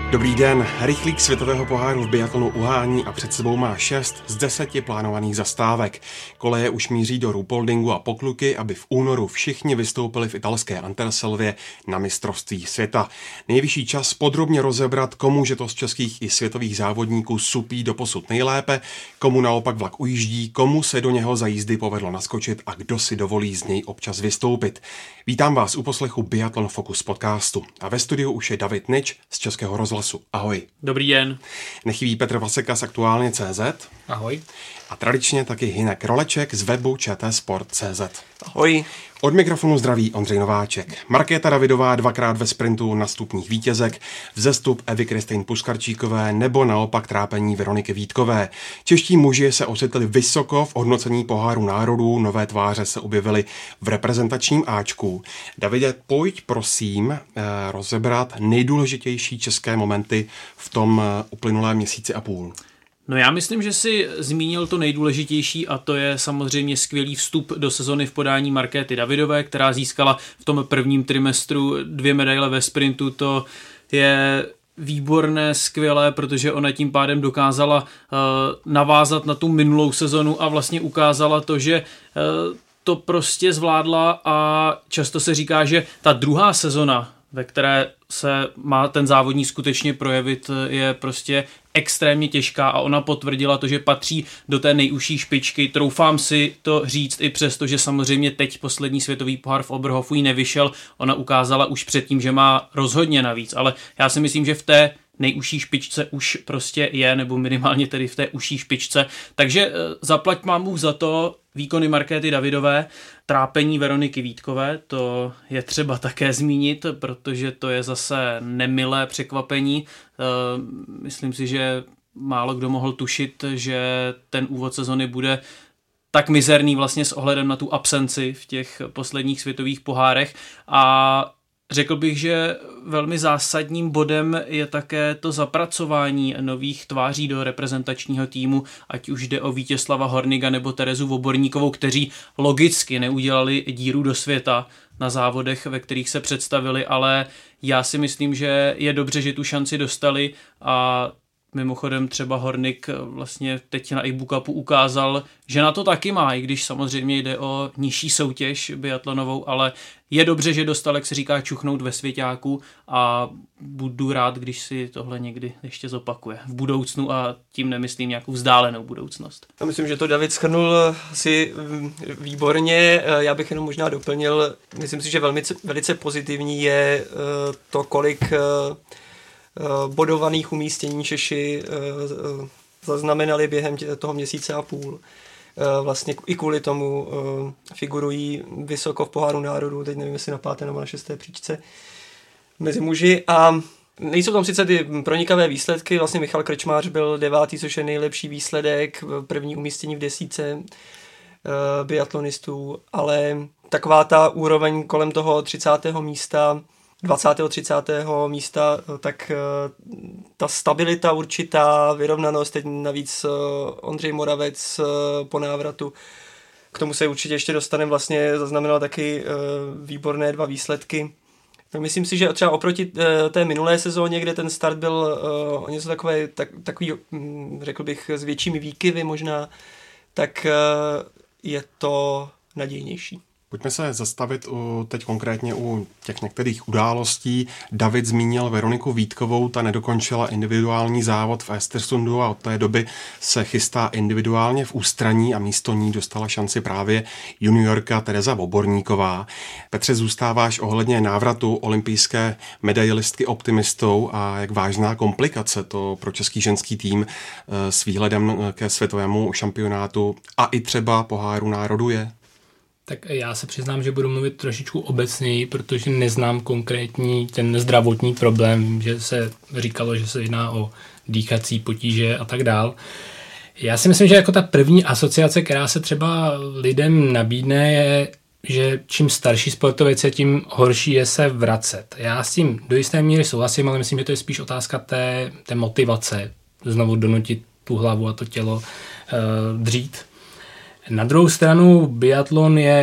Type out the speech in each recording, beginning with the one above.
Dobrý den, rychlík světového poháru v biatlonu uhání a před sebou má 6 z 10 plánovaných zastávek. Koleje už míří do Ruhpoldingu a Pokluky, aby v únoru všichni vystoupili v italské Anterselvě na mistrovství světa. Nejvyšší čas podrobně rozebrat, komu že to z českých i světových závodníků supí doposud nejlépe, komu naopak vlak ujíždí, komu se do něho za jízdy povedlo naskočit a kdo si dovolí z něj občas vystoupit. Vítám vás u poslechu Biathlon Focus podcastu a ve studiu už je David Nič z Českého rozhlasu. Ahoj. Dobrý den. Nechybí Petr Vaseka z Aktuálně.cz. Ahoj. A tradičně taky Hynek Roleček z webu čtsport.cz. Ahoj. Od mikrofonu zdraví Ondřej Nováček. Markéta Davidová dvakrát ve sprintu na stupních vítězek, vzestup Evy Kristýn Puskarčíkové nebo naopak trápení Veroniky Vítkové. Čeští muži se ocitli vysoko v hodnocení poháru národů, nové tváře se objevily v reprezentačním áčku. Davide, pojď prosím rozebrat nejdůležitější české momenty v tom uplynulém měsíci a půl. No já myslím, že si zmínil to nejdůležitější a to je samozřejmě skvělý vstup do sezony v podání Markéty Davidové, která získala v tom prvním trimestru 2 medaile ve sprintu. To je výborné, skvělé, protože ona tím pádem dokázala navázat na tu minulou sezonu a vlastně ukázala to, že to prostě zvládla a často se říká, že ta druhá sezona, ve které se má ten závodník skutečně projevit, je prostě extrémně těžká a ona potvrdila to, že patří do té nejužší špičky. Troufám si to říct i přesto, že samozřejmě teď poslední světový pohár v Oberhofu jí nevyšel. Ona ukázala už předtím, že má rozhodně navíc, ale já si myslím, že v té nejužší špičce už prostě je, nebo minimálně tedy v té užší špičce. Takže zaplať pánbůh za to výkony Markéty Davidové, trápení Veroniky Vítkové, to je třeba také zmínit, protože to je zase nemilé překvapení. Myslím si, že málo kdo mohl tušit, že ten úvod sezony bude tak mizerný vlastně s ohledem na tu absenci v těch posledních světových pohárech a řekl bych, že velmi zásadním bodem je také to zapracování nových tváří do reprezentačního týmu, ať už jde o Vítězslava Horniga nebo Terezu Voborníkovou, kteří logicky neudělali díru do světa na závodech, ve kterých se představili, ale já si myslím, že je dobře, že tu šanci dostali a mimochodem třeba Hornik vlastně teď na IBU Cupu ukázal, že na to taky má, i když samozřejmě jde o nižší soutěž biatlonovou, ale je dobře, že dostal, jak se říká, čuchnout ve svěťáku a budu rád, když si tohle někdy ještě zopakuje v budoucnu a tím nemyslím nějakou vzdálenou budoucnost. Já myslím, že to David shrnul si výborně, já bych jenom možná doplnil, myslím si, že velice pozitivní je to, kolik bodovaných umístění Češi zaznamenali během toho měsíce a půl. Vlastně i kvůli tomu figurují vysoko v poháru národů, teď nevím, jestli na 5. nebo na 6. příčce mezi muži a nejsou tam sice ty pronikavé výsledky, vlastně Michal Krčmář byl 9., což je nejlepší výsledek, první umístění v 10 biatlonistů, ale taková ta úroveň kolem toho 30. místa, 20. 30. místa, tak ta stabilita určitá, vyrovnanost, teď navíc Ondřej Moravec po návratu. K tomu se určitě ještě dostaneme, vlastně zaznamenal taky výborné 2 výsledky. No, myslím si, že třeba oproti té minulé sezóně, kde ten start byl o něco takový, řekl bych, s většími výkyvy možná, tak je to nadějnější. Pojďme se zastavit teď konkrétně u těch některých událostí. David zmínil Veroniku Vítkovou, ta nedokončila individuální závod v Östersundu a od té doby se chystá individuálně v ústraní a místo ní dostala šanci právě juniorka Tereza Voborníková. Petře, zůstáváš ohledně návratu olympijské medailistky optimistou a jak vážná komplikace to pro český ženský tým s výhledem ke světovému šampionátu a i třeba poháru národů je? Tak já se přiznám, že budu mluvit trošičku obecněji, protože neznám konkrétní ten zdravotní problém. Vím, že se říkalo, že se jedná o dýchací potíže a tak dál. Já si myslím, že jako ta první asociace, která se třeba lidem nabídne, je, že čím starší sportovec je, tím horší je se vracet. Já s tím do jisté míry souhlasím, ale myslím, že to je spíš otázka té motivace, znovu donutit tu hlavu a to tělo dřít. Na druhou stranu biatlon je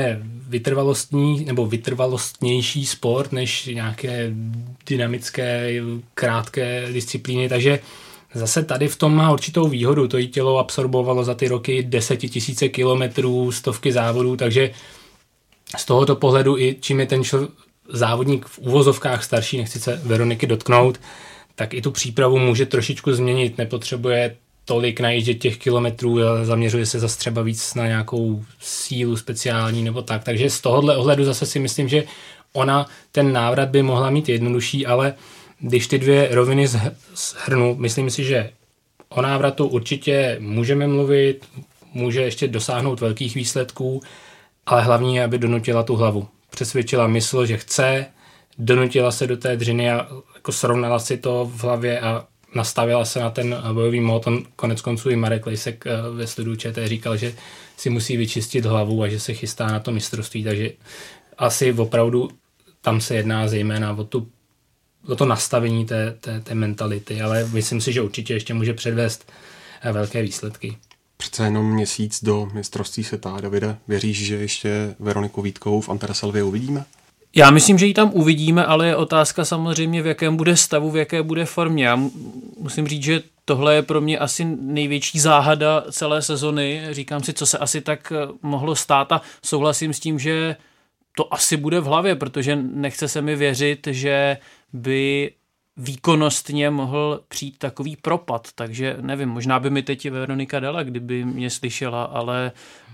vytrvalostnější sport než nějaké dynamické, krátké disciplíny, takže zase tady v tom má určitou výhodu. To jí tělo absorbovalo za ty roky 10 000 kilometrů, stovky závodů, takže z tohoto pohledu i čím je ten závodník v uvozovkách starší, nechci se Veroniky dotknout, tak i tu přípravu může trošičku změnit. Nepotřebuje tolik najíždět těch kilometrů, zaměřuje se zase třeba víc na nějakou sílu speciální nebo tak. Takže z tohohle ohledu zase si myslím, že ona ten návrat by mohla mít jednodušší, ale když ty dvě roviny shrnu, myslím si, že o návratu určitě můžeme mluvit, může ještě dosáhnout velkých výsledků, ale hlavní je, aby donutila tu hlavu. Přesvědčila mysl, že chce, donutila se do té dřiny a jako srovnala si to v hlavě a nastavila se na ten bojový mód. On konec konců i Marek Lejsek ve studiu ČT říkal, že si musí vyčistit hlavu a že se chystá na to mistrovství, takže asi opravdu tam se jedná zejména o to nastavení té mentality, ale myslím si, že určitě ještě může předvést velké výsledky. Přece jenom měsíc do mistrovství světa, Davide, věříš, že ještě Veroniku Vítkovou v Anterselvě uvidíme? Já myslím, že ji tam uvidíme, ale je otázka samozřejmě, v jakém bude stavu, v jaké bude formě. Já musím říct, že tohle je pro mě asi největší záhada celé sezony. Říkám si, co se asi tak mohlo stát a souhlasím s tím, že to asi bude v hlavě, protože nechce se mi věřit, že by výkonnostně mohl přijít takový propad, takže nevím, možná by mi teď Veronika dala, kdyby mě slyšela, ale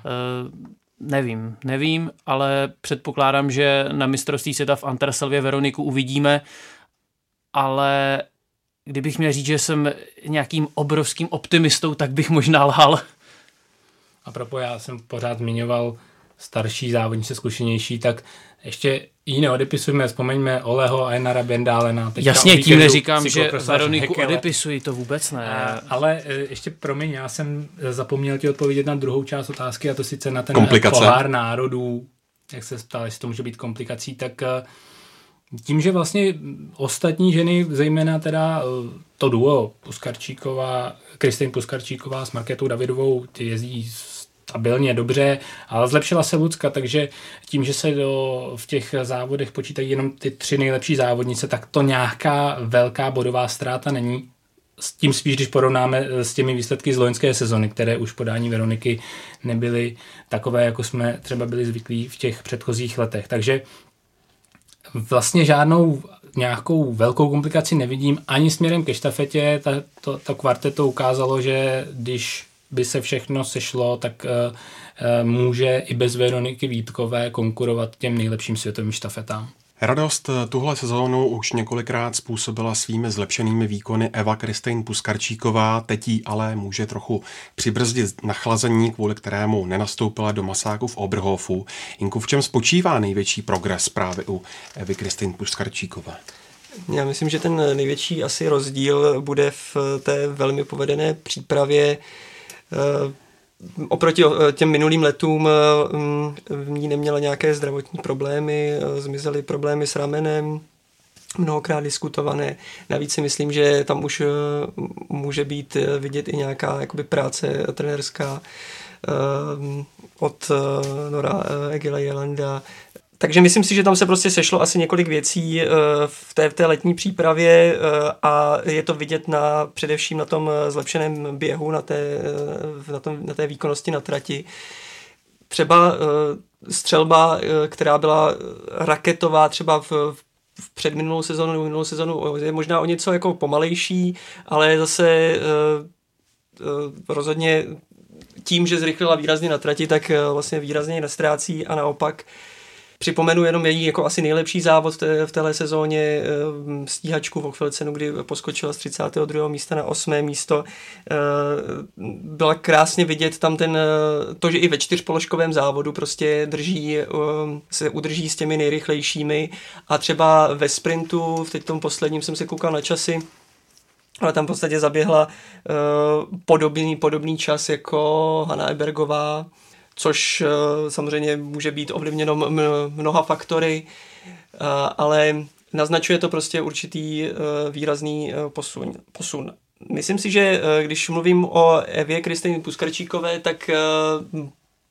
nevím, ale předpokládám, že na mistrovství světa v Anterselvě Veroniku uvidíme, ale kdybych měl říct, že jsem nějakým obrovským optimistou, tak bych možná lhal. A propo, já jsem pořád zmiňoval starší závodnice, zkušenější, tak ještě ji neodepisujeme, vzpomeňme Oleho, Einara Bendálena. Jasně, tím neříkám, že Veroniku odepisuji, to vůbec ne. Ale ještě promiň, já jsem zapomněl ti odpovědět na druhou část otázky, a to sice na ten pohár národů, jak se ptal, jestli to může být komplikací, tak tím, že vlastně ostatní ženy, zejména teda to duo Kristýn Puskarčíková s Markétou Davidovou, ty jezdí stabilně, dobře, ale zlepšila se Lucka, takže tím, že se v těch závodech počítají jenom ty 3 nejlepší závodnice, tak to nějaká velká bodová ztráta není. S tím spíš, když porovnáme s těmi výsledky z loňské sezony, které už podání Veroniky nebyly takové, jako jsme třeba byli zvyklí v těch předchozích letech. Takže vlastně žádnou nějakou velkou komplikaci nevidím ani směrem ke štafetě. To kvarteto ukázalo, že když by se všechno sešlo, tak může i bez Veroniky Vítkové konkurovat těm nejlepším světovým štafetám. Radost tuhle sezónu už několikrát způsobila svými zlepšenými výkony Eva Kristýn Puskarčíková, teď jí ale může trochu přibrzdit nachlazení, kvůli kterému nenastoupila do masáku v Oberhofu. Jinku, v čem spočívá největší progres právě u Evy Kristýn Puskarčíkové? Já myslím, že ten největší asi rozdíl bude v té velmi povedené přípravě. Oproti těm minulým letům v ní neměla nějaké zdravotní problémy, zmizely problémy s ramenem, mnohokrát diskutované. Navíc si myslím, že tam už může být vidět i nějaká jakoby práce trenérská od Nora Egila Jelanda. Takže myslím si, že tam se prostě sešlo asi několik věcí v té letní přípravě a je to vidět především na tom zlepšeném běhu, na té výkonnosti na trati. Třeba střelba, která byla raketová třeba v předminulou sezonu je možná o něco jako pomalejší, ale zase rozhodně tím, že zrychlila výrazně na trati, tak vlastně výrazně nestrácí a naopak připomenu jenom její jako asi nejlepší závod v téhle sezóně, stíhačku v Hochfilzenu, kdy poskočila z 32. místa na 8. místo. Byla krásně vidět tam to, že i ve 4položkovém závodu prostě se udrží s těmi nejrychlejšími a třeba ve sprintu, v tom posledním jsem se koukal na časy, ale tam v podstatě zaběhla podobný čas jako Hanna Ebergová, což samozřejmě může být ovlivněno mnoha faktory, ale naznačuje to prostě určitý výrazný posun. Myslím si, že když mluvím o Evě Kristýně Puskarčíkové, tak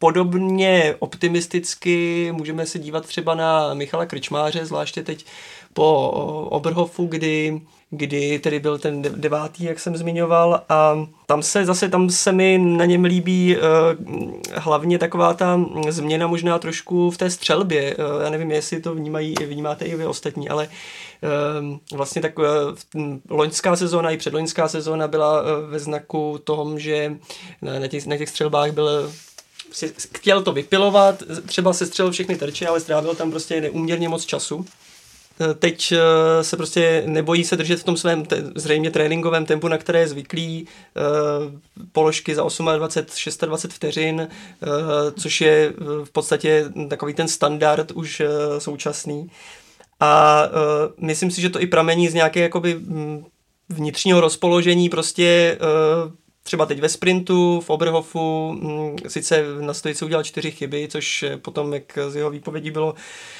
podobně optimisticky můžeme se dívat třeba na Michala Krčmáře, zvláště teď po Oberhofu, kdy tedy byl ten 9., jak jsem zmiňoval, a tam se mi na něm líbí hlavně taková ta změna možná trošku v té střelbě. Já nevím, jestli to vnímáte i vy ostatní, ale vlastně tak loňská sezóna i předloňská sezóna byla ve znaku toho, že na těch střelbách byl chtěl to vypilovat, třeba se střelil všechny terče, ale strávil tam prostě neúměrně moc času. Teď se prostě nebojí se držet v tom svém zřejmě tréninkovém tempu, na které je zvyklý, položky za 28, 26 vteřin, což je v podstatě takový ten standard už současný. A myslím si, že to i pramení z nějaké jakoby vnitřního rozpoložení, prostě třeba teď ve sprintu, v Oberhofu, sice na stojici udělal 4 chyby, což potom, jak z jeho výpovědí bylo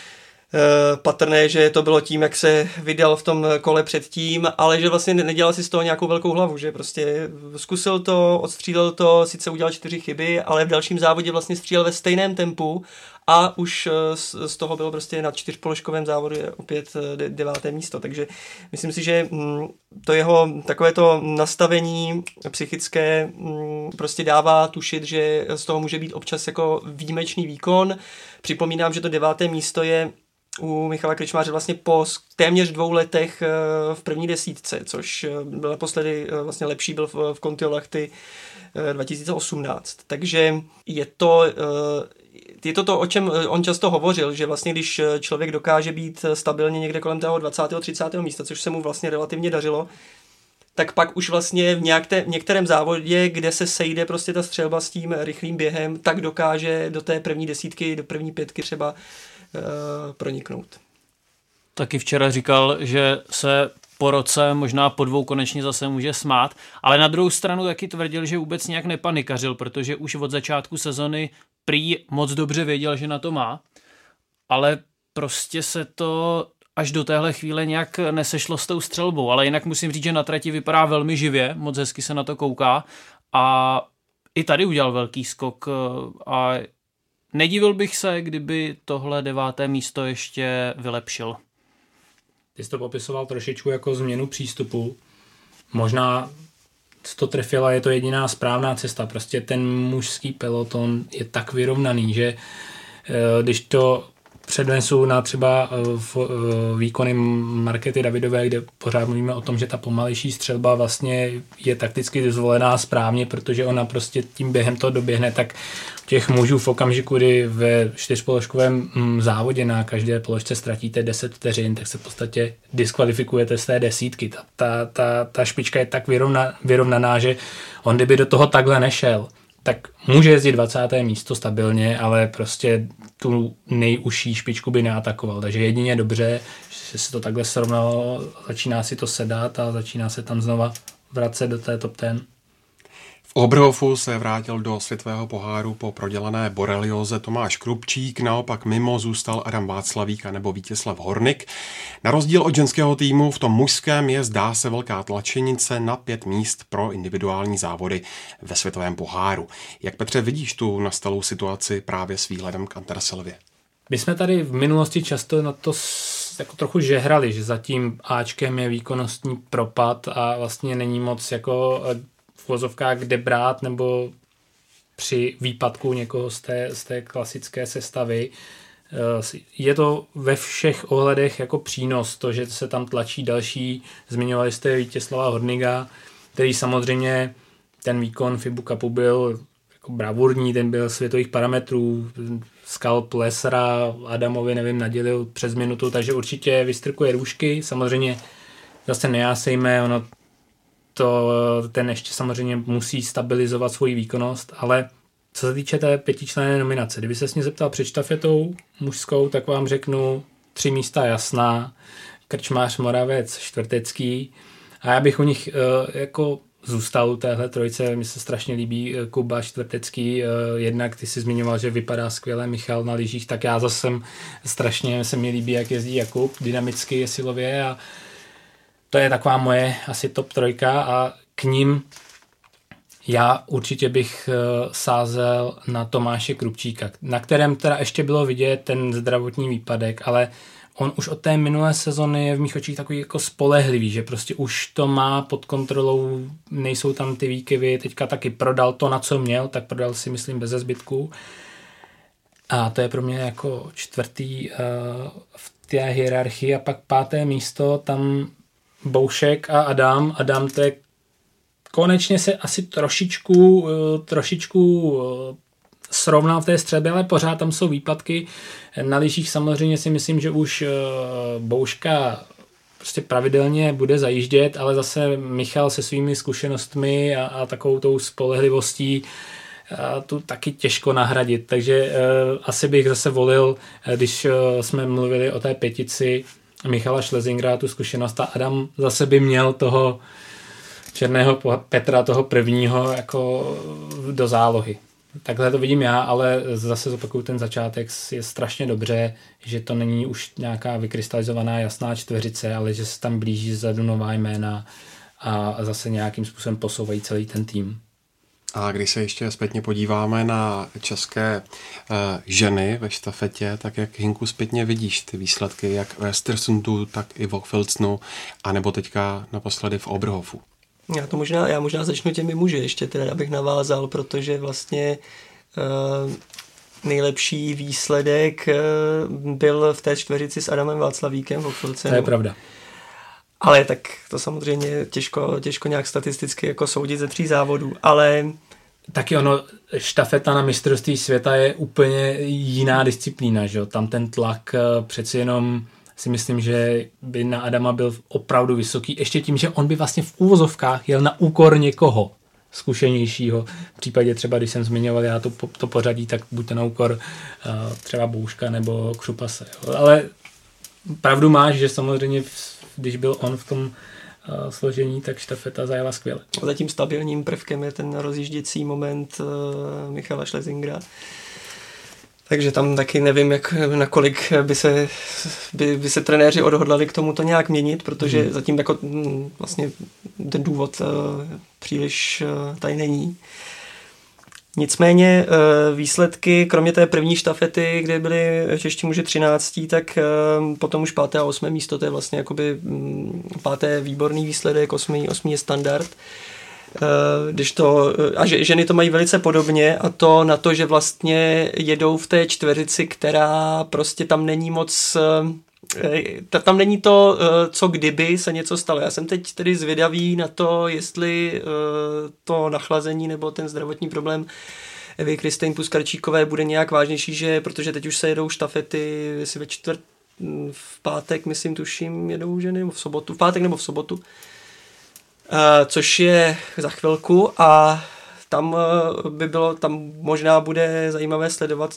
patrné, že to bylo tím, jak se vydal v tom kole předtím, ale že vlastně nedělal si z toho nějakou velkou hlavu, že prostě zkusil to, odstřílel to, sice udělal 4 chyby, ale v dalším závodě vlastně střílel ve stejném tempu a už z toho bylo prostě na 4položkovém závodu opět 9. místo, takže myslím si, že to jeho takovéto nastavení psychické prostě dává tušit, že z toho může být občas jako výjimečný výkon. Připomínám, že to 9. místo je u Michala Krčmáře vlastně po téměř 2 letech v první desítce, což byl naposledy vlastně lepší byl v Kontiolahti 2018. Takže je to, o čem on často hovořil, že vlastně když člověk dokáže být stabilně někde kolem toho 20. 30. místa, což se mu vlastně relativně dařilo, tak pak už vlastně v některém závodě, kde se sejde prostě ta střelba s tím rychlým během, tak dokáže do té první desítky, do první 5 třeba proniknout. Taky včera říkal, že se po roce, možná po 2 konečně zase může smát, ale na druhou stranu taky tvrdil, že vůbec nějak nepanikařil, protože už od začátku sezony prý moc dobře věděl, že na to má, ale prostě se to až do téhle chvíle nějak nesešlo s tou střelbou, ale jinak musím říct, že na trati vypadá velmi živě, moc hezky se na to kouká a i tady udělal velký skok a nedivil bych se, kdyby tohle 9. místo ještě vylepšil. Ty jsi to popisoval trošičku jako změnu přístupu. Možná to trefila, je to jediná správná cesta. Prostě ten mužský peloton je tak vyrovnaný, že když to přednesu na třeba výkony Markéty Davidové, kde pořád mluvíme o tom, že ta pomalejší střelba vlastně je takticky zvolená správně, protože ona prostě tím během to doběhne, tak těch mužů v okamžiku, kdy ve 4položkovém závodě na každé položce ztratíte 10 vteřin, tak se v podstatě diskvalifikujete z té desítky. Ta špička je tak vyrovnaná, že on kdyby do toho takhle nešel, tak může jezdit 20. místo stabilně, ale prostě tu nejužší špičku by neatakoval. Takže jedině dobře, že se to takhle srovnalo, začíná si to sedat a začíná se tam znova vracet do té top 10. V Oberhofu se vrátil do světového poháru po prodělané borelioze Tomáš Krupčík, naopak mimo zůstal Adam Václavík a nebo Vítězslav Hornik. Na rozdíl od ženského týmu v tom mužském je, zdá se, velká tlačenice na 5 míst pro individuální závody ve světovém poháru. Jak, Petře, vidíš tu nastalou situaci právě s výhledem k Antersilvě? My jsme tady v minulosti často na to jako trochu žehrali, že za tím Ačkem je výkonnostní propad a vlastně není moc jako v uvozovkách kde brát, nebo při výpadku někoho z té klasické sestavy. Je to ve všech ohledech jako přínos, to, že se tam tlačí další, zmiňovali jste Vítězslava Horniga, který samozřejmě ten výkon FIBU Cupu byl jako bravurní, ten byl světových parametrů, skalp Lesera, Adamovi, nevím, nadělil přes minutu, takže určitě vystrkuje růžky, samozřejmě zase nejásejme, ono ten ještě samozřejmě musí stabilizovat svoji výkonnost, ale co se týče té 5členné nominace, kdyby se s mě zeptal před štafetou mužskou, tak vám řeknu 3 místa jasná, Krčmář, Moravec, Štvrtecký a já bych u nich jako zůstal u téhle trojice, mi se strašně líbí Kuba, Štvrtecký, jednak ty jsi zmiňoval, že vypadá skvěle Michal na lyžích, tak já zase strašně se mi líbí, jak jezdí Jakub, dynamicky je silově a to je taková moje asi top 3 a k ním Já určitě bych sázel na Tomáše Krupčíka, na kterém teda ještě bylo vidět ten zdravotní výpadek, ale on už od té minulé sezony je v mých očích takový jako spolehlivý, že prostě už to má pod kontrolou, nejsou tam ty výkyvy, teďka taky prodal to, na co měl, tak prodal si myslím beze zbytků. A to je pro mě jako čtvrtý v té hierarchii a pak 5. místo, tam Boušek a Adam. Adam to je konečně se asi trošičku srovnal v té střelbě, ale pořád tam jsou výpadky. Na lyžích samozřejmě si myslím, že už Bouška prostě pravidelně bude zajíždět, ale zase Michal se svými zkušenostmi a takovou tou spolehlivostí tu taky těžko nahradit. Takže asi bych zase volil, když jsme mluvili o té 5, Michala Schlesingera, tu zkušenost, a Adam zase by měl toho Černého Petra, toho prvního, jako do zálohy. Takhle to vidím já, ale zase zopakuju, ten začátek je strašně dobře, že to není už nějaká vykrystalizovaná jasná čtveřice, ale že se tam blíží zadu nová jména a zase nějakým způsobem posouvají celý ten tým. A když se ještě zpětně podíváme na české ženy ve štafetě, tak jak, Hinku, zpětně vidíš ty výsledky, jak v Östersundu, tak i v Oxfeldsnu, anebo teďka naposledy v Oberhofu? Já možná začnu těmi muži ještě, teda, abych navázal, protože vlastně nejlepší výsledek byl v té čtveřici s Adamem Václavíkem v Oxfeldsenu. To je pravda. Ale tak to samozřejmě těžko nějak statisticky jako soudit ze 3 závodů, ale... Taky ono, štafeta na mistrovství světa je úplně jiná disciplína, že jo? Tam ten tlak přeci jenom si myslím, že by na Adama byl opravdu vysoký, ještě tím, že on by vlastně v úvozovkách jel na úkor někoho zkušenějšího. V případě třeba, když jsem zmiňoval já to pořadí, tak buď to na úkor třeba Bouška nebo Křupase. Jo? Ale pravdu máš, že samozřejmě když byl on v tom složení, tak štafeta zajela skvěle. Za tím stabilním prvkem je ten rozjížděcí moment Michala Schlesingera. Takže tam taky nevím, nakolik by se trenéři odhodlali k tomu to nějak měnit, protože zatím jako vlastně ten důvod příliš tady není. Nicméně výsledky, kromě té první štafety, kde byli čeští muži 13, tak potom už 5. a 8. místo, to je vlastně jakoby 5. výborný výsledek, 8. je standard. A ženy to mají velice podobně, a to na to, že vlastně jedou v té čtveřici, která prostě tam není moc... Tam není to, co kdyby se něco stalo. Já jsem teď tedy zvědavý na to, jestli to nachlazení nebo ten zdravotní problém Evy Kristýn Puskarčíkové bude nějak vážnější, že protože teď už se jedou štafety, jestli v pátek, myslím, tuším, jedou ženy, nebo v pátek nebo v sobotu, což je za chvilku, a tam možná bude zajímavé sledovat,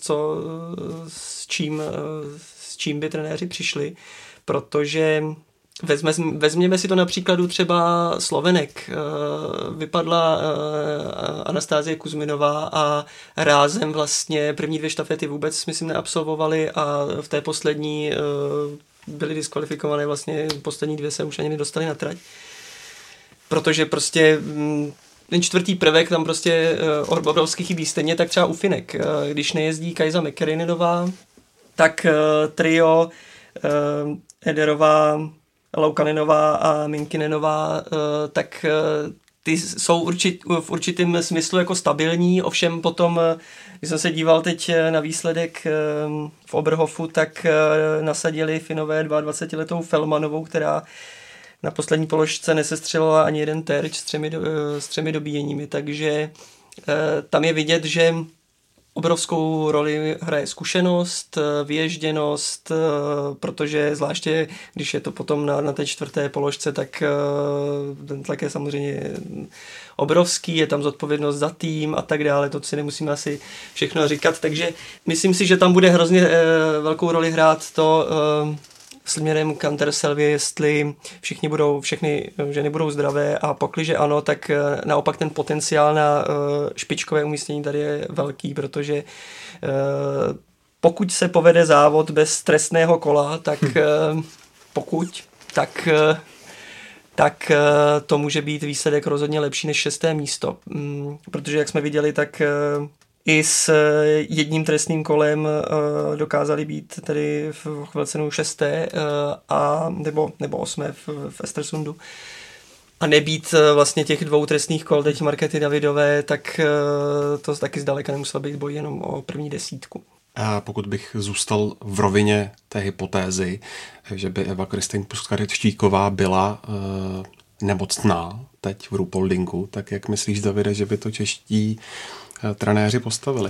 s čím by trenéři přišli, protože vezměme si to na příkladu třeba Slovenek. Vypadla Anastázie Kuzminová a rázem vlastně první 2 štafety vůbec, myslím, neabsolvovali, a v té poslední byly diskvalifikované, vlastně poslední 2 se už ani nedostali na trať. Protože prostě ten 4. prvek tam prostě obrovský chybí, stejně tak třeba u Finek. Když nejezdí Kajza Mäkärinenová, tak trio Ederová, Laukaninová a Minkinenová, tak ty jsou v určitém smyslu jako stabilní, ovšem potom, když jsem se díval teď na výsledek v Oberhofu, tak nasadili Finové 22letou Fellmanovou, která na poslední položce nesestřelila ani jeden terč s 3 dobíjeními, takže tam je vidět, že obrovskou roli hraje zkušenost, vyježděnost, protože zvláště, když je to potom na té 4. položce, tak ten tlak je samozřejmě obrovský, je tam zodpovědnost za tým a tak dále, to si nemusíme asi všechno říkat, takže myslím si, že tam bude hrozně velkou roli hrát to směrem k Anterselvě, jestli všechny ženy budou zdravé, a pakliže ano, tak naopak ten potenciál na špičkové umístění tady je velký, protože pokud se povede závod bez trestného kola, tak tak to může být výsledek rozhodně lepší než 6. místo. Protože jak jsme viděli, tak i s jedním trestným kolem dokázali být tedy v Chvelcenu 6. nebo 8. v Estersundu. A nebýt vlastně těch 2 trestných kol, teď Markéty Davidové, tak to taky zdaleka nemusel být boj jenom o první 10. A pokud bych zůstal v rovině té hypotézy, že by Eva Kristýn Puskařič-Štíková byla nemocná teď v Ruhpoldingu, tak jak myslíš, Davide, že by to čeští trenéři postavili?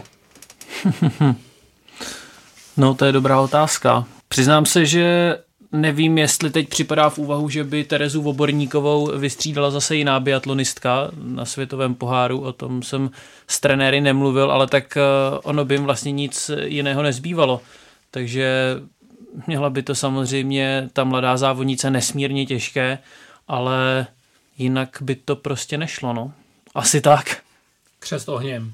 No, to je dobrá otázka. Přiznám se, že nevím, jestli teď připadá v úvahu, že by Terezu Voborníkovou vystřídala zase jiná biatlonistka na světovém poháru. O tom jsem s trenéry nemluvil, ale tak ono by jim vlastně nic jiného nezbývalo. Takže měla by to samozřejmě ta mladá závodnice nesmírně těžké, ale jinak by to prostě nešlo, no. Asi tak. Křest ohněm.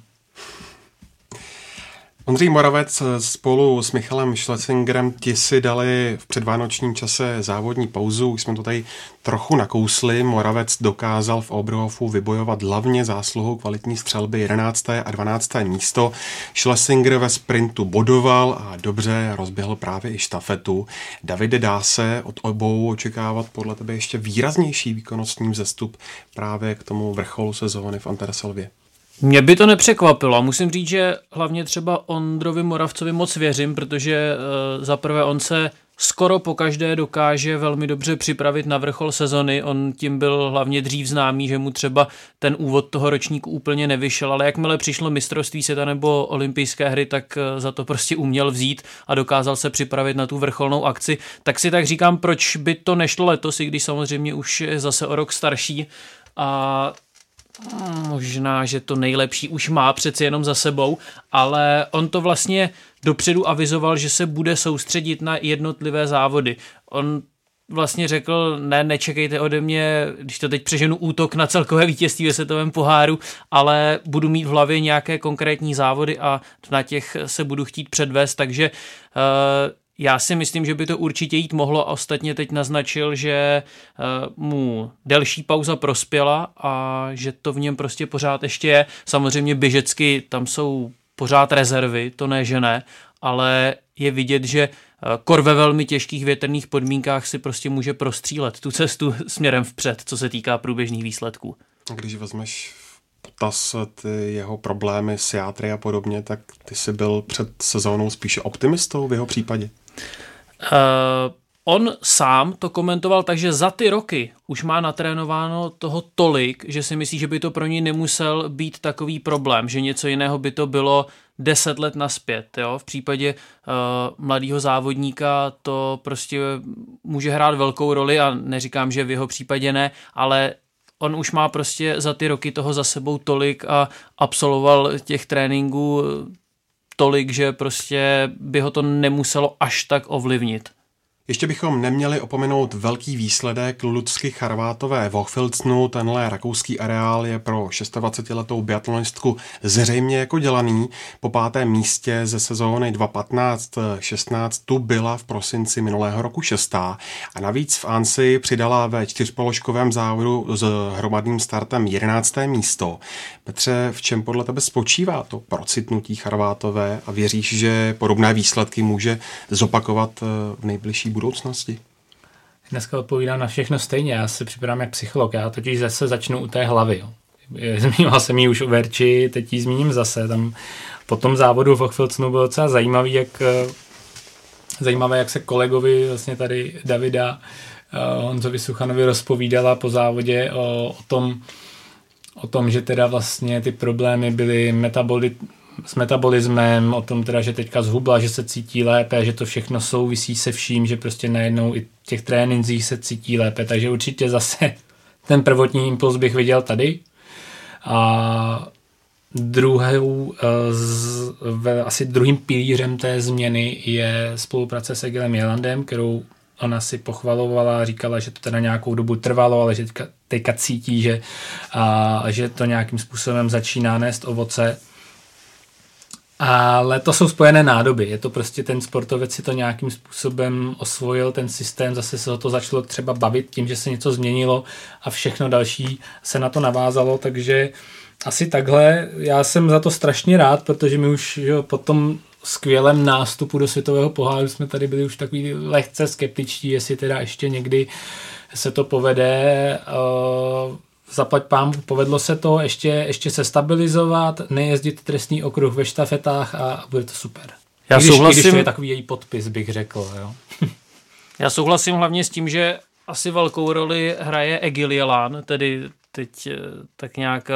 Ondřej Moravec spolu s Michalem Schlesingerem ti si dali v předvánočním čase závodní pauzu. Už jsme to tady trochu nakousli. Moravec dokázal v Oberhofu vybojovat hlavně zásluhou kvalitní střelby 11. a 12. místo. Schlesinger ve sprintu bodoval a dobře rozběhl právě i štafetu. Davide, dá se od obou očekávat podle tebe ještě výraznější výkonnostní vzestup právě k tomu vrcholu sezóny v Anterselvě? Mě by to nepřekvapilo. Musím říct, že hlavně třeba Ondrovi Moravcovi moc věřím, protože zaprvé on se skoro pokaždé dokáže velmi dobře připravit na vrchol sezony. On tím byl hlavně dřív známý, že mu třeba ten úvod toho ročníku úplně nevyšel, ale jakmile přišlo mistrovství světa nebo olympijské hry, tak za to prostě uměl vzít a dokázal se připravit na tu vrcholnou akci. Tak si tak říkám, proč by to nešlo letos, i když samozřejmě už je zase o rok starší a možná, že to nejlepší už má přeci jenom za sebou, ale on to vlastně dopředu avizoval, že se bude soustředit na jednotlivé závody. On vlastně řekl, nečekejte ode mě, když to teď přeženu, útok na celkové vítězství ve světovém poháru, ale budu mít v hlavě nějaké konkrétní závody a na těch se budu chtít předvést, takže já si myslím, že by to určitě jít mohlo a ostatně teď naznačil, že mu delší pauza prospěla a že to v něm prostě pořád ještě je. Samozřejmě běžecky tam jsou pořád rezervy, to ne, že ne, ale je vidět, že kor ve velmi těžkých větrných podmínkách si prostě může prostřílet tu cestu směrem vpřed, co se týká průběžných výsledků. Když vezmeš potaz ty jeho problémy s játry a podobně, tak ty jsi byl před sezónou spíše optimistou v jeho případě? On sám to komentoval tak, že za ty roky už má natrénováno toho tolik, že si myslí, že by to pro něj nemusel být takový problém, že něco jiného by to bylo 10 let nazpět. Jo? V případě mladého závodníka to prostě může hrát velkou roli a neříkám, že v jeho případě ne, ale on už má prostě za ty roky toho za sebou tolik a absolvoval těch tréninků tolik, že prostě by ho to nemuselo až tak ovlivnit. Ještě bychom neměli opomenout velký výsledek Lucky Charvátové v Hochfilzenu. Tenhle rakouský areál je pro 26letou biatlonistku zřejmě jako dělaný. Po 5. místě ze sezóny 2015-16 tu byla v prosinci minulého roku 6. A navíc v Annecy přidala ve 4položkovém závodu s hromadným startem 11. místo. Petře, v čem podle tebe spočívá to procitnutí Charvátové a věříš, že podobné výsledky může zopakovat v nejbližší budoucnosti? Dneska odpovídám na všechno stejně, já se připadám jak psycholog, já totiž zase začnu u té hlavy. Jo. Zmínila jsem ji už o Verči, teď ji zmíním zase. Tam po tom závodu v Hochfilzenu bylo docela zajímavé, jak se kolegovi vlastně tady Davida Honzovi Suchanovi rozpovídala po závodě o tom, že teda vlastně ty problémy byly s metabolismem, o tom teda, že teďka zhubla, že se cítí lépe, že to všechno souvisí se vším, že prostě najednou i v těch trénincích se cítí lépe, takže určitě zase ten prvotní impuls bych viděl tady. A asi druhým pilířem té změny je spolupráce s Egilem Jelandem, kterou ona si pochvalovala, říkala, že to teda nějakou dobu trvalo, ale že teďka cítí, že to nějakým způsobem začíná nést ovoce. Ale to jsou spojené nádoby. Je to prostě ten sportovec si to nějakým způsobem osvojil, ten systém, zase se ho to začalo třeba bavit tím, že se něco změnilo a všechno další se na to navázalo, takže asi takhle. Já jsem za to strašně rád, protože my už po tom skvělém nástupu do světového poháru jsme tady byli už takový lehce skeptičtí, jestli teda ještě někdy se to povede. Zaplať pánbůh, povedlo se to ještě se stabilizovat, nejezdit trestní okruh ve štafetách a bude to super. Já souhlasím, když to je takový její podpis, bych řekl. Jo? Já souhlasím hlavně s tím, že asi velkou roli hraje Egil Jellán, tedy teď tak nějak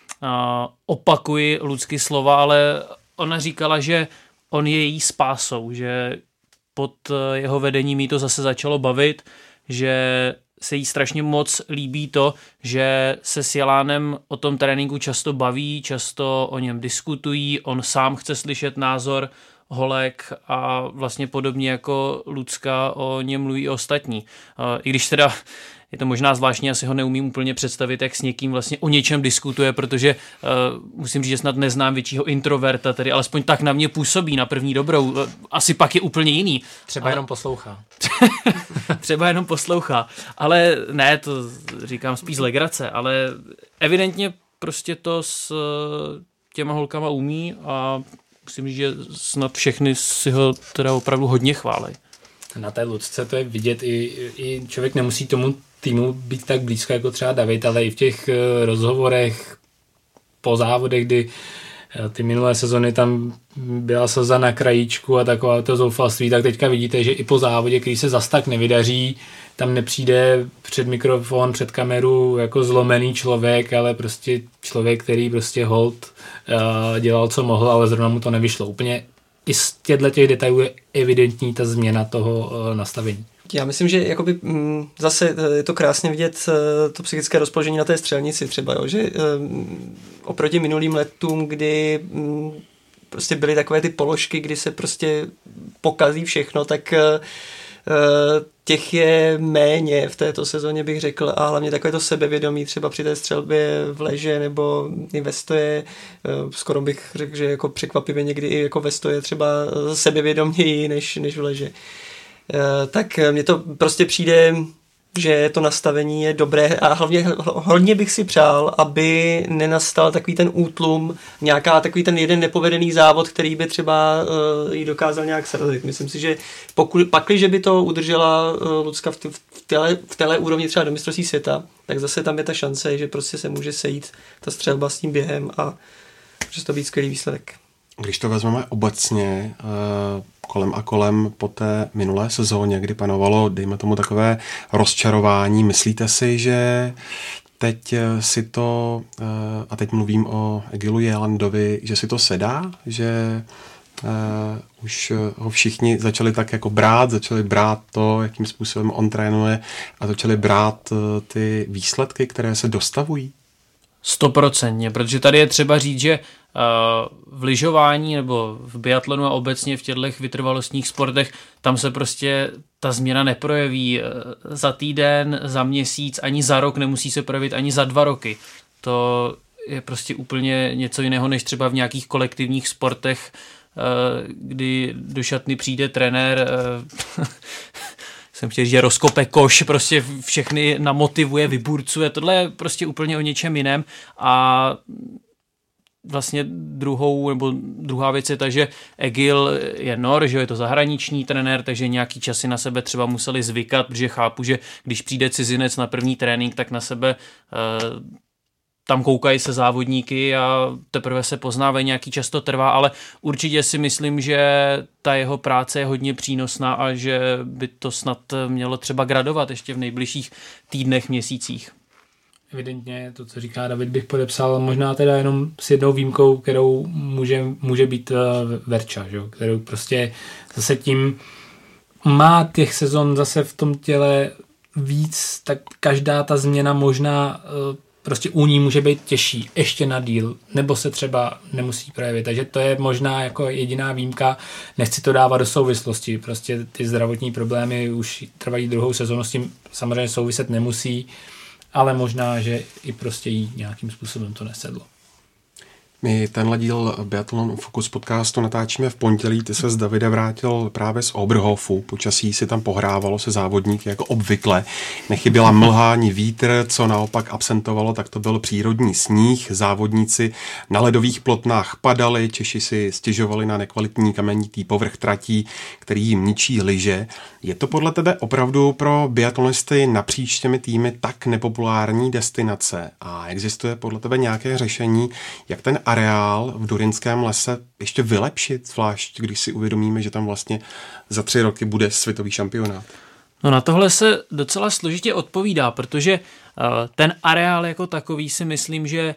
opakuji Lucky slova, ale ona říkala, že on je její spásou, že pod jeho vedením jí to zase začalo bavit, že se jí strašně moc líbí to, že se s Jellánem o tom tréninku často baví, často o něm diskutují, on sám chce slyšet názor holek a vlastně podobně jako Lucka o něm mluví i ostatní. I když teda je to možná zvláštní, asi ho neumím úplně představit, jak s někým vlastně o něčem diskutuje, protože musím říct, že snad neznám většího introverta, tedy alespoň tak na mě působí na první dobrou. Asi pak je úplně jiný. Třeba jenom poslouchá. Třeba jenom poslouchá. Ale ne, to říkám spíš z legrace, ale evidentně prostě to s těma holkama umí a musím říct, že snad všechny si ho teda opravdu hodně chválí. Na té Lucce to je vidět, i člověk nemusí tomu týmu být tak blízko jako třeba David, ale i v těch rozhovorech po závodech, kdy ty minulé sezony tam byla slza na krajíčku a takové to zoufalství, tak teďka vidíte, že i po závodě, který se zas tak nevydaří, tam nepřijde před mikrofon, před kameru jako zlomený člověk, ale prostě člověk, který prostě hold dělal, co mohl, ale zrovna mu to nevyšlo. Úplně i z těch detailů je evidentní ta změna toho nastavení. Já myslím, že jakoby, zase je to krásně vidět to psychické rozpoložení na té střelnici třeba, jo, že oproti minulým letům, kdy prostě byly takové ty položky, kdy se prostě pokazí všechno, tak těch je méně v této sezóně, bych řekl, a hlavně takové to sebevědomí třeba při té střelbě v leže nebo i ve stoje, skoro bych řekl, že jako překvapivě někdy i jako ve stoje třeba sebevědoměji než v leže. Tak mně to prostě přijde, že to nastavení je dobré a hlavně hodně bych si přál, aby nenastal takový ten útlum, nějaká takový ten jeden nepovedený závod, který by třeba jí dokázal nějak srazit. Myslím si, že pakliže by to udržela Lucka v téhle úrovni třeba do mistrovství světa, tak zase tam je ta šance, že prostě se může sejít ta střelba s tím během a může to být skvělý výsledek. Když to vezmeme obecně kolem a kolem po té minulé sezóně, kdy panovalo, dejme tomu, takové rozčarování, myslíte si, že teď si to, a teď mluvím o Egilu Jellandovi, že si to sedá, že už ho všichni začali tak jako začali brát to, jakým způsobem on trénuje a začali brát ty výsledky, které se dostavují? 100%, protože tady je třeba říct, že v lyžování nebo v biatlonu a obecně v těchto vytrvalostních sportech tam se prostě ta změna neprojeví za týden, za měsíc, ani za rok, nemusí se projevit ani za 2 roky. To je prostě úplně něco jiného, než třeba v nějakých kolektivních sportech, kdy do šatny přijde trenér, jsem chtěl říct, že rozkope koš, prostě všechny namotivuje, vyburcuje, tohle je prostě úplně o něčem jiném a vlastně druhá věc je ta, že Egil je Nor, že je to zahraniční trenér, takže nějaký časy na sebe třeba museli zvykat, protože chápu, že když přijde cizinec na první trénink, tak na sebe tam koukají se závodníky a teprve se poznávají, nějaký čas to trvá, ale určitě si myslím, že ta jeho práce je hodně přínosná a že by to snad mělo třeba gradovat ještě v nejbližších týdnech, měsících. Evidentně to, co říká David, bych podepsal možná teda jenom s jednou výjimkou, kterou může být Verča, že? Kterou prostě zase tím má těch sezon zase v tom těle víc, tak každá ta změna možná prostě u ní může být těžší, ještě na díl, nebo se třeba nemusí projevit. Takže to je možná jako jediná výjimka. Nechci to dávat do souvislosti. Prostě ty zdravotní problémy už trvají 2. sezonu, s tím samozřejmě souviset nemusí, ale možná, že i prostě jí nějakým způsobem to nesedlo. My tenhle díl Biathlon Focus podcastu natáčíme v pondělí. Ty se z Davide vrátil právě z Oberhofu. Počasí si tam pohrávalo se závodníky jako obvykle. Nechyběla mlha ani vítr, co naopak absentovalo, tak to byl přírodní sníh. Závodníci na ledových plotnách padali, Češi si stěžovali na nekvalitní kamenitý povrch tratí, který jim ničí lyže. Je to podle tebe opravdu pro biatlonisty napříč těmi týmy tak nepopulární destinace? A existuje podle tebe nějaké řešení, jak ten areál v Durynském lese ještě vylepšit, zvlášť když si uvědomíme, že tam vlastně za 3 roky bude světový šampionát? No na tohle se docela složitě odpovídá, protože ten areál jako takový si myslím, že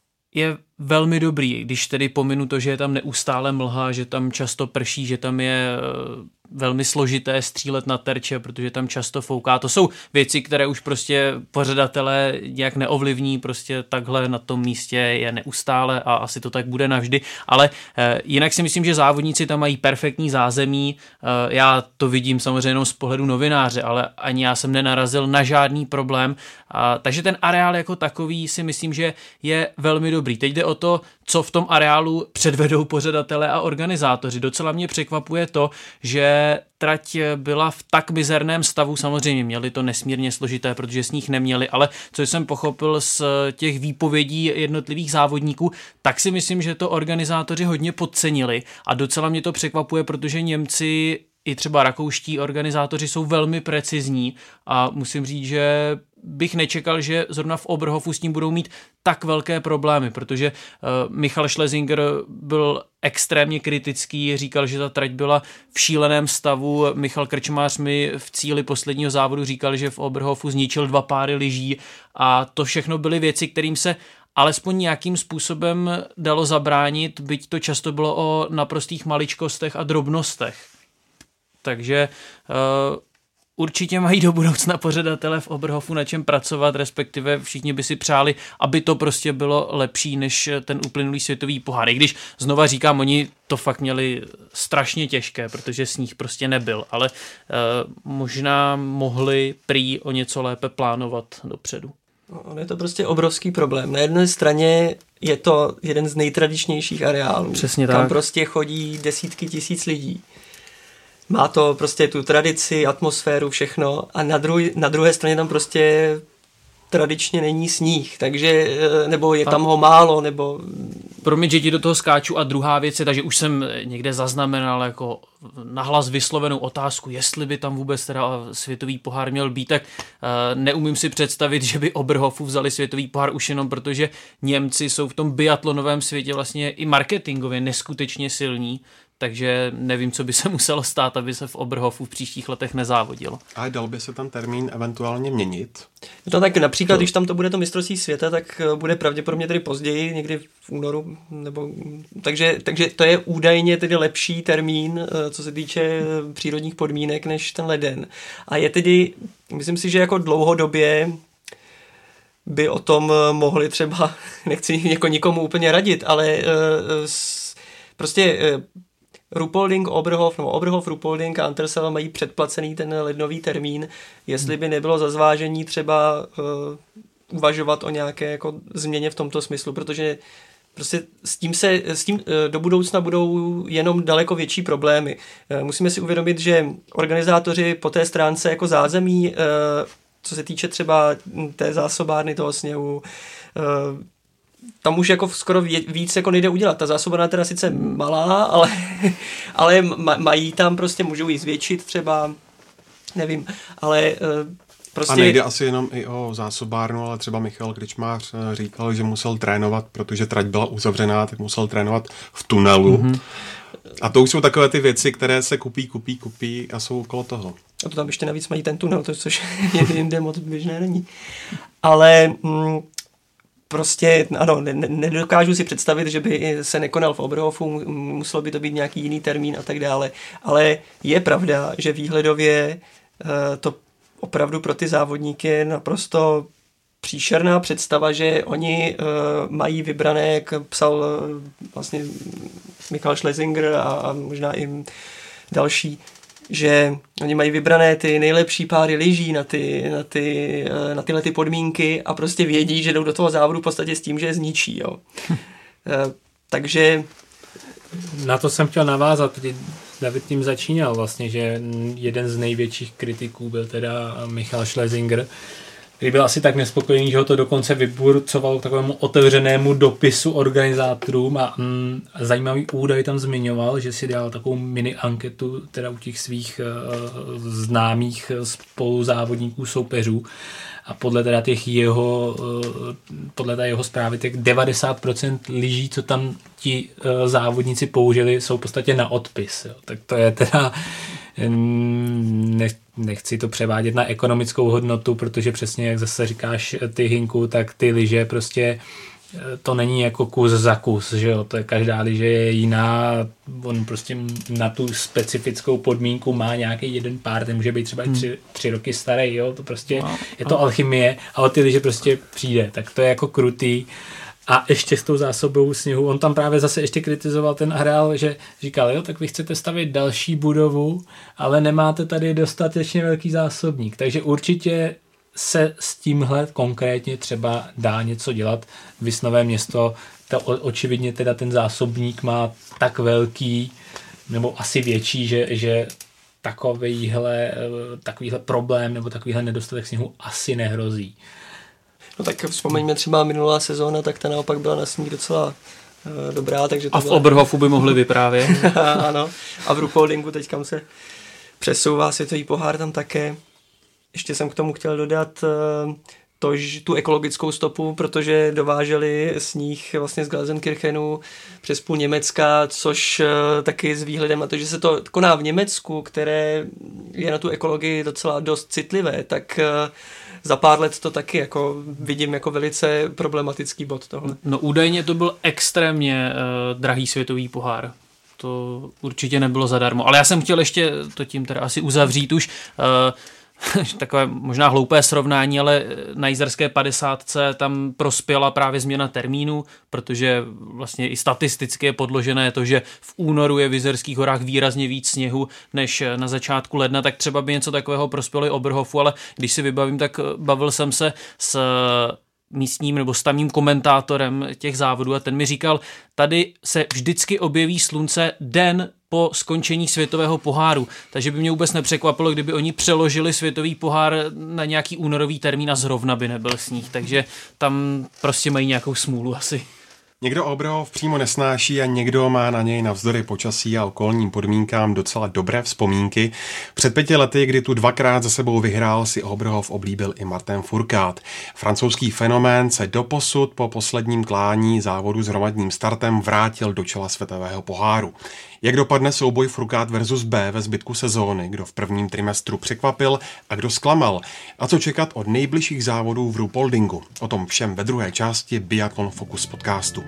je velmi dobrý, když tedy pominu to, že je tam neustále mlha, že tam často prší, že tam je velmi složité střílet na terče, protože tam často fouká. To jsou věci, které už prostě pořadatelé nějak neovlivní, prostě takhle na tom místě je neustále a asi to tak bude navždy, ale jinak si myslím, že závodníci tam mají perfektní zázemí. Já to vidím samozřejmě jenom z pohledu novináře, ale ani já jsem nenarazil na žádný problém. Takže ten areál jako takový si myslím, že je velmi dobrý. Teď jde o to, co v tom areálu předvedou pořadatelé a organizátoři. Docela mě překvapuje to, že trať byla v tak mizerném stavu, samozřejmě měli to nesmírně složité, protože sníh neměli, ale co jsem pochopil z těch výpovědí jednotlivých závodníků, tak si myslím, že to organizátoři hodně podcenili a docela mě to překvapuje, protože Němci i třeba rakouští organizátoři jsou velmi precizní a musím říct, že bych nečekal, že zrovna v Oberhofu s tím budou mít tak velké problémy, protože Michal Schlesinger byl extrémně kritický, říkal, že ta trať byla v šíleném stavu. Michal Krčmář mi v cíli posledního závodu říkal, že v Oberhofu zničil 2 páry lyží a to všechno byly věci, kterým se alespoň nějakým způsobem dalo zabránit, byť to často bylo o naprostých maličkostech a drobnostech. Takže určitě mají do budoucna pořadatele v Oberhofu na čem pracovat, respektive všichni by si přáli, aby to prostě bylo lepší než ten uplynulý světový pohár. I když znova říkám, oni to fakt měli strašně těžké, protože sníh prostě nebyl, ale možná mohli prý o něco lépe plánovat dopředu. On je to prostě obrovský problém. Na jedné straně je to jeden z nejtradičnějších areálů, přesně kam tak. prostě chodí desítky tisíc lidí. Má to prostě tu tradici, atmosféru, všechno a na druhé straně tam prostě tradičně není sníh, takže nebo je tam ho málo, nebo... Promiň, že ti do toho skáču a druhá věc je, takže už jsem někde zaznamenal jako nahlas vyslovenou otázku, jestli by tam vůbec teda světový pohár měl být, tak neumím si představit, že by Oberhofu vzali světový pohár už jenom protože Němci jsou v tom biatlonovém světě vlastně i marketingově neskutečně silní, takže nevím, co by se muselo stát, aby se v Oberhofu v příštích letech nezávodilo. A dal by se ten termín eventuálně měnit? No tak například, když tam to bude to mistrovství světa, tak bude pravděpodobně tedy později, někdy v únoru, nebo takže to je údajně tedy lepší termín, co se týče přírodních podmínek, než ten leden. A je tedy, myslím si, že jako dlouhodobě by o tom mohli třeba, nechci jako nikomu úplně radit, ale prostě Ruhpolding, Oberhof, nebo Oberhof, Ruhpolding a Anterselva mají předplacený ten lednový termín, jestli by nebylo za zvážení třeba uvažovat o nějaké jako změně v tomto smyslu, protože prostě s tím do budoucna budou jenom daleko větší problémy. Musíme si uvědomit, že organizátoři po té stránce jako zázemí, co se týče třeba té zásobárny toho sněhu, tam už jako skoro víc jako nejde udělat. Ta zásobárna teda sice malá, ale mají tam prostě, můžou ji zvětšit třeba, nevím, ale prostě... A nejde asi jenom i o zásobárnu, ale třeba Michal Krčmář říkal, že musel trénovat, protože trať byla uzavřená, tak musel trénovat v tunelu. Mm-hmm. A to už jsou takové ty věci, které se kupí a jsou okolo toho. A to tam ještě navíc mají ten tunel, což jinde moc běžné není. Ale... prostě, ano, nedokážu si představit, že by se nekonal v Oberhofu, muselo by to být nějaký jiný termín a tak dále, ale je pravda, že výhledově to opravdu pro ty závodníky je naprosto příšerná představa, že oni mají vybrané, jak psal vlastně Michal Schlesinger a možná i další, že oni mají vybrané ty nejlepší páry lyží na tyhle ty podmínky a prostě vědí, že jdou do toho závodu v podstatě s tím, že je zničí. Jo. Takže na to jsem chtěl navázat. David tím začínal vlastně, že jeden z největších kritiků byl teda Michal Schlesinger, který byl asi tak nespokojený, že ho to dokonce vyburcoval k takovému otevřenému dopisu organizátorům a zajímavý údaj tam zmiňoval, že si dal takovou mini anketu teda u těch svých známých spoluzávodníků, soupeřů a podle teda podle jeho zprávy, tak 90% lyží, co tam ti závodníci použili, jsou v podstatě na odpis. Jo. Tak to je teda nechci to převádět na ekonomickou hodnotu, protože přesně jak zase říkáš ty, Hinku, tak ty lyže prostě to není jako kus za kus, že jo, to je každá lyže je jiná, on prostě na tu specifickou podmínku má nějaký jeden pár, ten může být třeba i 3 roky starý, jo, to prostě je to alchymie a o ty lyže prostě přijde, tak to je jako krutý. A ještě s tou zásobou sněhu, on tam právě zase ještě kritizoval ten areál, že říkal, jo, tak vy chcete stavět další budovu, ale nemáte tady dostatečně velký zásobník, takže určitě se s tímhle konkrétně třeba dá něco dělat. Nové Město, očividně teda ten zásobník má tak velký, nebo asi větší, že takovýhle problém nebo takovýhle nedostatek sněhu asi nehrozí. No tak vzpomeňme třeba minulá sezóna, tak ta naopak byla na sníh docela dobrá. Takže to a v Oberhofu by mohli vyprávět. Ano, a v Ruhpoldingu teď kam se přesouvá světový pohár tam také. Ještě jsem k tomu chtěl dodat tu ekologickou stopu, protože dováželi sníh vlastně z Gelsenkirchenu přes půl Německa, což taky s výhledem na to, že se to koná v Německu, které je na tu ekologii docela dost citlivé, tak za pár let to taky jako vidím jako velice problematický bod tohle. No údajně to byl extrémně drahý světový pohár. To určitě nebylo zadarmo. Ale já jsem chtěl ještě to tím teda asi uzavřít už takové možná hloupé srovnání, ale na Jizerské 50 tam prospěla právě změna termínu, protože vlastně i statisticky je podložené to, že v únoru je v Jizerských horách výrazně víc sněhu než na začátku ledna, tak třeba by něco takového prospělo i Oberhofu, ale když si vybavím, tak bavil jsem se s místním nebo s tamním komentátorem těch závodů a ten mi říkal, tady se vždycky objeví slunce den po skončení světového poháru, takže by mě vůbec nepřekvapilo, kdyby oni přeložili světový pohár na nějaký únorový termín a zrovna by nebyl sníh, takže tam prostě mají nějakou smůlu asi. Někdo Oberhof přímo nesnáší a někdo má na něj navzdory počasí a okolním podmínkám docela dobré vzpomínky. Před 5 lety, kdy tu 2krát za sebou vyhrál, si Oberhof oblíbil i Martin Fourcade. Francouzský fenomén se doposud po posledním klání závodu s hromadným startem vrátil do čela světového poháru. Jak dopadne souboj Fourcade versus B ve zbytku sezóny, kdo v prvním trimestru překvapil a kdo zklamal? A co čekat od nejbližších závodů v Ruhpoldingu? O tom všem ve druhé části Biathlon Focus podcastu.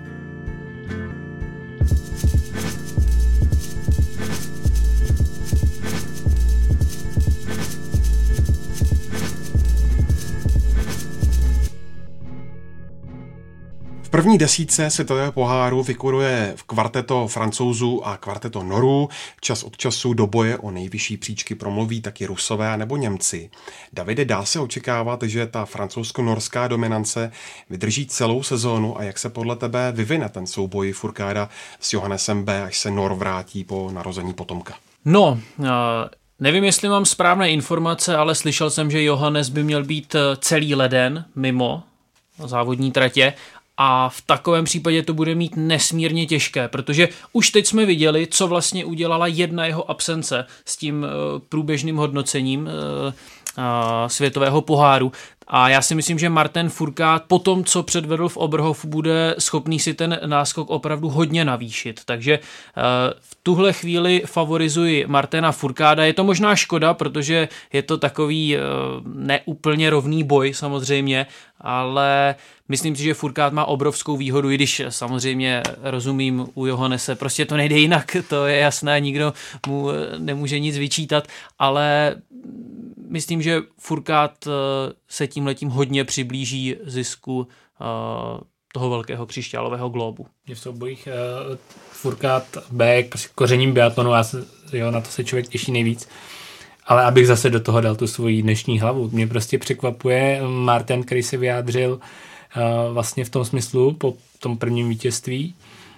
V první desítce světového poháru figuruje v kvarteto Francouzů a kvarteto Norů. Čas od času do boje o nejvyšší příčky promluví taky Rusové nebo Němci. Davide, dá se očekávat, že ta francouzsko-norská dominance vydrží celou sezónu a jak se podle tebe vyvine ten souboj Fourcada s Johannesem B, až se Nor vrátí po narození potomka? No, nevím, jestli mám správné informace, ale slyšel jsem, že Johannes by měl být celý leden mimo závodní tratě. A v takovém případě to bude mít nesmírně těžké, protože už teď jsme viděli, co vlastně udělala jedna jeho absence s tím průběžným hodnocením světového poháru. A já si myslím, že Martin Fourcade po tom, co předvedl v Oberhofu, bude schopný si ten náskok opravdu hodně navýšit. Takže v tuhle chvíli favorizuji Martina Fourcada. Je to možná škoda, protože je to takový neúplně rovný boj samozřejmě, ale myslím si, že Fourcade má obrovskou výhodu, i když samozřejmě rozumím u Johannese, prostě to nejde jinak, to je jasné, nikdo mu nemůže nic vyčítat, ale myslím, že Fourcade se tímhletím hodně přiblíží zisku toho velkého křišťálového glóbu. V soubojích Fourcade B prostě kořením biatlonu, na to se člověk těší nejvíc. Ale abych zase do toho dal tu svoji dnešní hlavu. Mě prostě překvapuje Martin, který se vyjádřil vlastně v tom smyslu po tom prvním vítězství,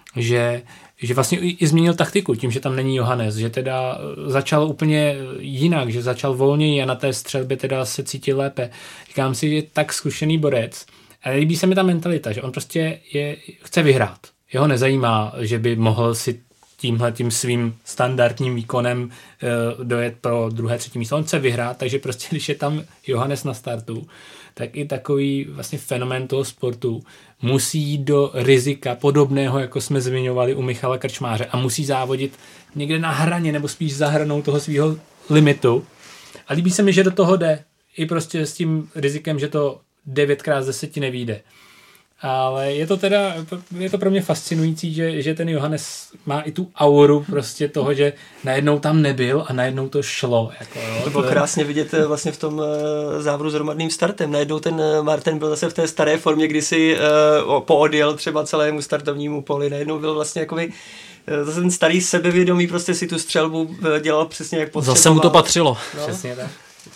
že vlastně i změnil taktiku tím, že tam není Johannes, že teda začal úplně jinak, že začal volněji a na té střelbě teda se cítil lépe. Říkám si, že je tak zkušený borec a líbí se mi ta mentalita, že on prostě chce vyhrát. Jeho nezajímá, že by mohl si tímhletím svým standardním výkonem dojet pro druhé, třetí místo. On chce vyhrát, takže prostě když je tam Johannes na startu, tak i takový vlastně fenomén toho sportu musí jít do rizika podobného, jako jsme zmiňovali u Michala Krčmáře a musí závodit někde na hraně nebo spíš za hranou toho svého limitu. A líbí se mi, že do toho jde i prostě s tím rizikem, že to 9x10 nevyjde. Ale je to pro mě fascinující, že ten Johannes má i tu auru prostě toho, že najednou tam nebyl a najednou to šlo. Jako, jo, to bylo krásně vidět vlastně v tom závodu s hromadným startem. Najednou ten Martin byl zase v té staré formě, kdy si poodjel třeba celému startovnímu poli. Najednou byl vlastně jakoby zase ten starý sebevědomý, prostě si tu střelbu dělal přesně jak potřeboval. Zase mu to patřilo. No. Přesně tak.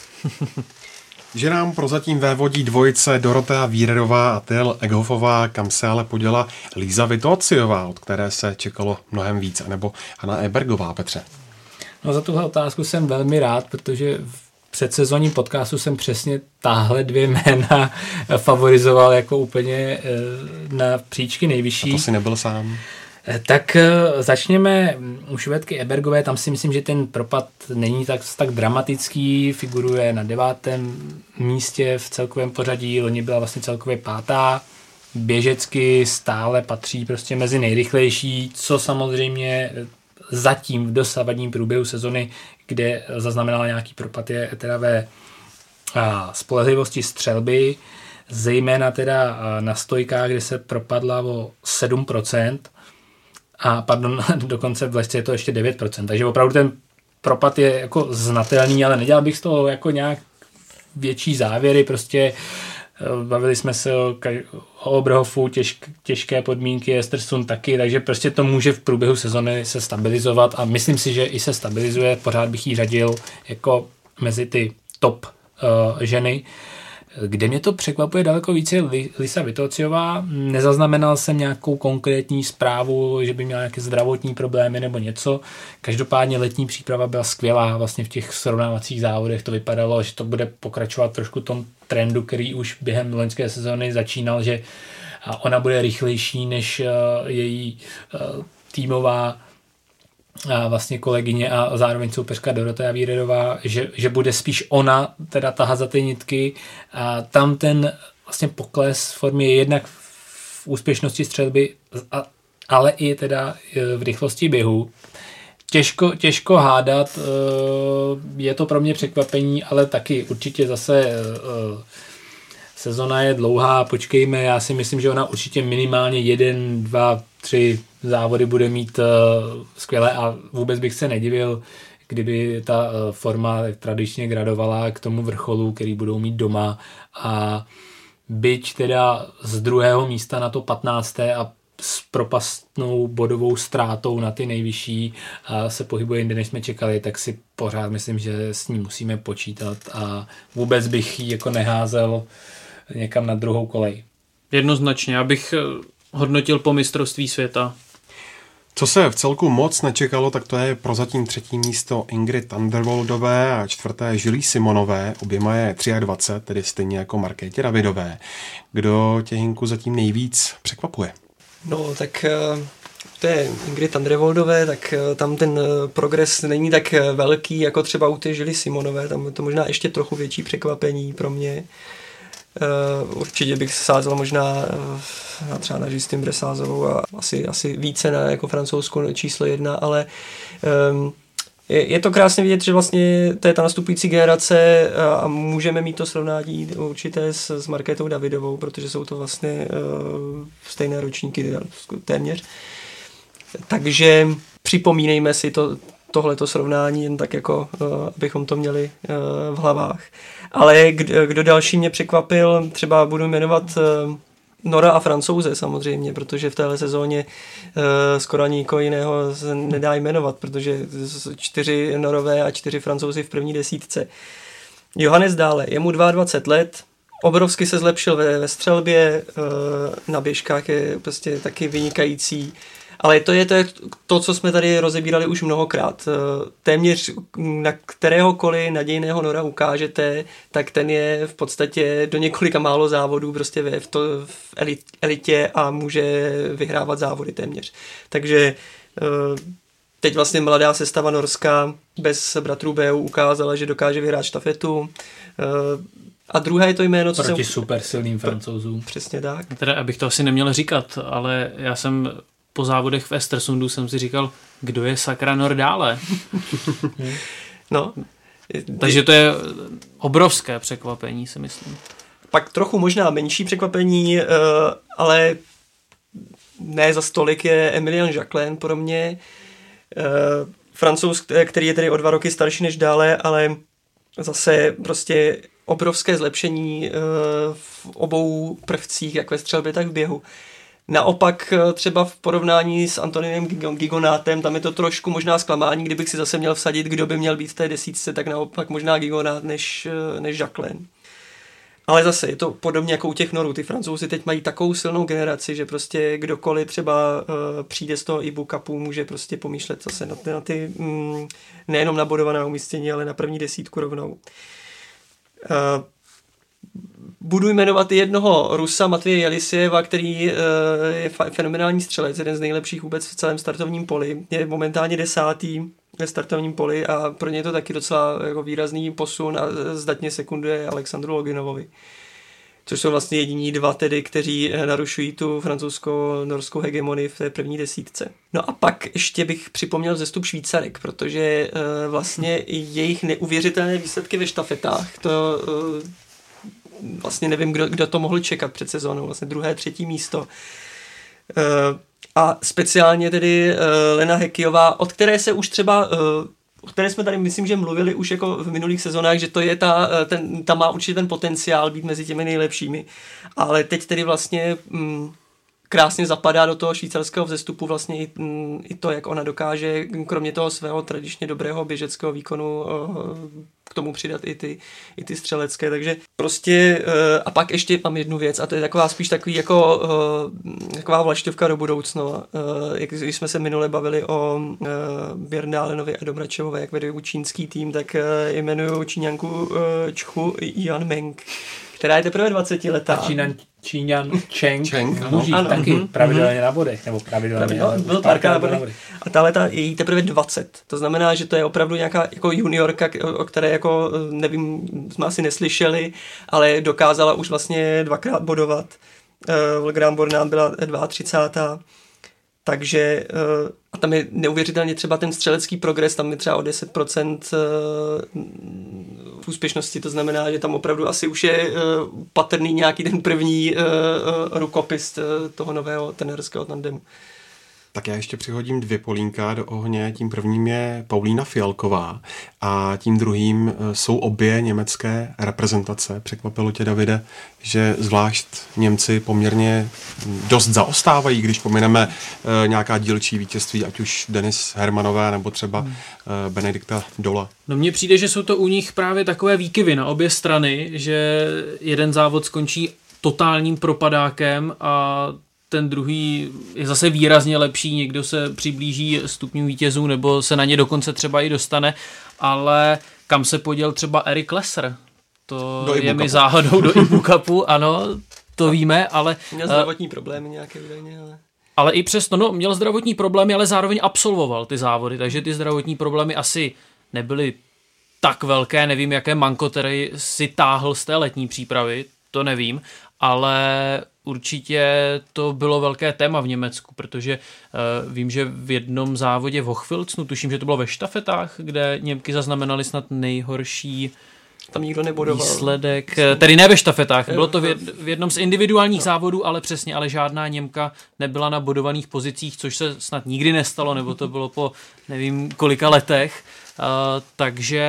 Že nám prozatím vévodí dvojice Dorotea Vírerová a Till Eghofová, kam se ale poděla Líza Vitociová, od které se čekalo mnohem víc, anebo Hanna Ebergová, Petře? No za tuhle otázku jsem velmi rád, protože v předsezonním podcastu jsem přesně tahle dvě jména favorizoval jako úplně na příčky nejvyšší. A to si nebyl sám. Tak začněme u Švédky Ebergové, tam si myslím, že ten propad není tak dramatický, figuruje na 9. místě v celkovém pořadí, loni byla vlastně celkově 5. Běžecky stále patří prostě mezi nejrychlejší, co samozřejmě zatím v dosavadním průběhu sezony, kde zaznamenala nějaký propad, je teda ve spolehlivosti střelby, zejména teda na stojkách, kde se propadla o 7%, a dokonce v lehce je to ještě 9%, takže opravdu ten propad je jako znatelný, ale nedělal bych z toho jako nějak větší závěry, prostě bavili jsme se o Oberhofu, těžké podmínky, Estersund taky, takže prostě to může v průběhu sezony se stabilizovat a myslím si, že i se stabilizuje, pořád bych ji řadil jako mezi ty top ženy. Kde mě to překvapuje daleko více Lisa Vitociová, nezaznamenal jsem nějakou konkrétní zprávu, že by měla nějaké zdravotní problémy nebo něco. Každopádně letní příprava byla skvělá, vlastně v těch srovnávacích závodech to vypadalo, že to bude pokračovat trošku tom trendu, který už během loňské sezóny začínal, že ona bude rychlejší než její týmová a vlastně kolegyně a zároveň soupeřka Dorotea Vírerová, že bude spíš ona teda tahat za ty nitky a tam ten vlastně pokles v formě je jednak v úspěšnosti střelby, ale i teda v rychlosti běhu. Těžko hádat, je to pro mě překvapení, ale taky určitě zase sezona je dlouhá, počkejme, já si myslím, že ona určitě minimálně 1, 2, 3 závody bude mít skvělé a vůbec bych se nedivil, kdyby ta forma tradičně gradovala k tomu vrcholu, který budou mít doma a byť teda z 2. místa na to 15. a s propastnou bodovou ztrátou na ty nejvyšší a se pohybuje jinde, než jsme čekali, tak si pořád myslím, že s ní musíme počítat a vůbec bych ji jako neházel někam na druhou kolej. Jednoznačně, abych hodnotil po mistrovství světa. Co se v celku moc nečekalo, tak to je prozatím 3. místo Ingrid Thunderwoldové a 4. Julie Simonové, oběma je 23, tedy stejně jako Markétě Davidové. Kdo tě, Hinku, zatím nejvíc překvapuje? No, tak to je Ingrid Thunderwoldové, tak tam ten progres není tak velký, jako třeba u té Julie Simonové, tam je to možná ještě trochu větší překvapení pro mě. Určitě bych sázel možná třeba na Justine Bressázovou a asi více na jako francouzskou číslo 1, ale je to krásně vidět, že vlastně to je ta nastupující generace a můžeme mít to srovnání určité s Markétou Davidovou, protože jsou to vlastně stejné ročníky téměř. Takže připomínejme si tohleto srovnání, jen tak jako, abychom to měli v hlavách. Ale kdo další mě překvapil, třeba budu jmenovat Nora a Francouze samozřejmě, protože v téhle sezóně skoro nikoho jiného se nedá jmenovat, protože 4 Norové a 4 Francouzi v první 10. Johannes dále, je mu 22 let, obrovsky se zlepšil ve střelbě, na běžkách je prostě taky vynikající Ale to je to, co jsme tady rozebírali už mnohokrát. Téměř na kteréhokoliv nadějného nora ukážete, tak ten je v podstatě do několika málo závodů prostě v elitě a může vyhrávat závody téměř. Takže teď vlastně mladá sestava norská bez bratrů Beu ukázala, že dokáže vyhrát štafetu. A druhé je to jméno, co proti super silným Francouzům. Přesně tak. Teda, abych to asi neměl říkat, ale já jsem po závodech v Östersundu jsem si říkal, kdo je sakra Nordále. No. Takže to je obrovské překvapení, si myslím. Pak trochu možná menší překvapení, ale ne za stolik, je Emilian Jacquelin pro mě. Francouz, který je tedy o 2 roky starší než Dále, ale zase prostě obrovské zlepšení v obou prvcích, jak ve střelbě, tak v běhu. Naopak třeba v porovnání s Antoninem Gigonátem, tam je to trošku možná zklamání, kdybych si zase měl vsadit, kdo by měl být v té desítce, tak naopak možná Gigonát než Jacquelin. Ale zase je to podobně jako u těch norů. Ty Francouzi teď mají takovou silnou generaci, že prostě kdokoliv třeba přijde z toho IBU Cupu, může prostě pomýšlet zase na ty nejenom na bodovaná umístění, ale na první desítku rovnou. Budu jmenovat i jednoho Rusa, Matvěje Jelisejeva, který je fenomenální střelec, jeden z nejlepších vůbec v celém startovním poli. Je momentálně 10. ve startovním poli a pro ně je to taky docela jako výrazný posun a zdatně sekunduje Alexandru Loginovovi. Což jsou vlastně jediní dva tedy, kteří narušují tu francouzsko-norskou hegemonii v té první desítce. No a pak ještě bych připomněl vzestup Švýcarek, protože vlastně jejich neuvěřitelné výsledky ve štafetách, to vlastně nevím, kdo to mohl čekat před sezónou, vlastně 2., 3. místo. A speciálně tedy Lena Hekyová, od které se už třeba, o které jsme tady myslím, že mluvili už jako v minulých sezónách, že to je ta má určitě ten potenciál být mezi těmi nejlepšími. Ale teď tedy vlastně krásně zapadá do toho švýcarského vzestupu vlastně i to, jak ona dokáže, kromě toho svého tradičně dobrého běžeckého výkonu, k tomu přidat i ty střelecké, takže prostě a pak ještě mám jednu věc a to je taková spíš taková vlašťovka do budoucna. Když jsme se minule bavili o Bjørndalenovi a Domračevové, jak vedou čínský tým, tak jmenuju Číňanku Čchu Yan Meng, která je teprve 20 letá. Číňan Cheng můží taky pravidelně na bodech, nebo pravidelně. Byl párkrát na bodech. A ta leta je jí teprve 20. To znamená, že to je opravdu nějaká jako juniorka, o které jako nevím, jsme asi neslyšeli, ale dokázala už vlastně 2krát bodovat. V Grand Bornand byla 32. Takže a tam je neuvěřitelně třeba ten střelecký progres, tam je třeba o 10% úspěšnosti, to znamená, že tam opravdu asi už je patrný nějaký ten první rukopis toho nového trenérského tandemu. Tak já ještě přihodím 2 polínka do ohně. Tím prvním je Paulína Fialková a tím druhým jsou obě německé reprezentace. Překvapilo tě, Davide, že zvlášť Němci poměrně dost zaostávají, když pomineme nějaká dílčí vítězství, ať už Denis Hermanové nebo třeba Benedikta Dola. No mně přijde, že jsou to u nich právě takové výkyvy na obě strany, že jeden závod skončí totálním propadákem a ten druhý je zase výrazně lepší, někdo se přiblíží stupňu vítězů nebo se na ně dokonce třeba i dostane, ale kam se poděl třeba Erik Lesser? To je mi záhadou do IBU Cupu, ano, to víme, ale... Měl zdravotní problémy nějaké údajně, ale... Ale i přesto, měl zdravotní problémy, ale zároveň absolvoval ty závody, takže ty zdravotní problémy asi nebyly tak velké, nevím, jaké manko který si táhl z té letní přípravy, to nevím, ale určitě to bylo velké téma v Německu, protože vím, že v jednom závodě v Hochfilzenu, tuším, že to bylo ve štafetách, kde Němky zaznamenali snad nejhorší tam nikdo nebodoval. Výsledek, tedy ne ve štafetách, bylo to v jednom z individuálních závodů, ale přesně, ale žádná Němka nebyla na bodovaných pozicích, což se snad nikdy nestalo, nebo to bylo po nevím kolika letech, takže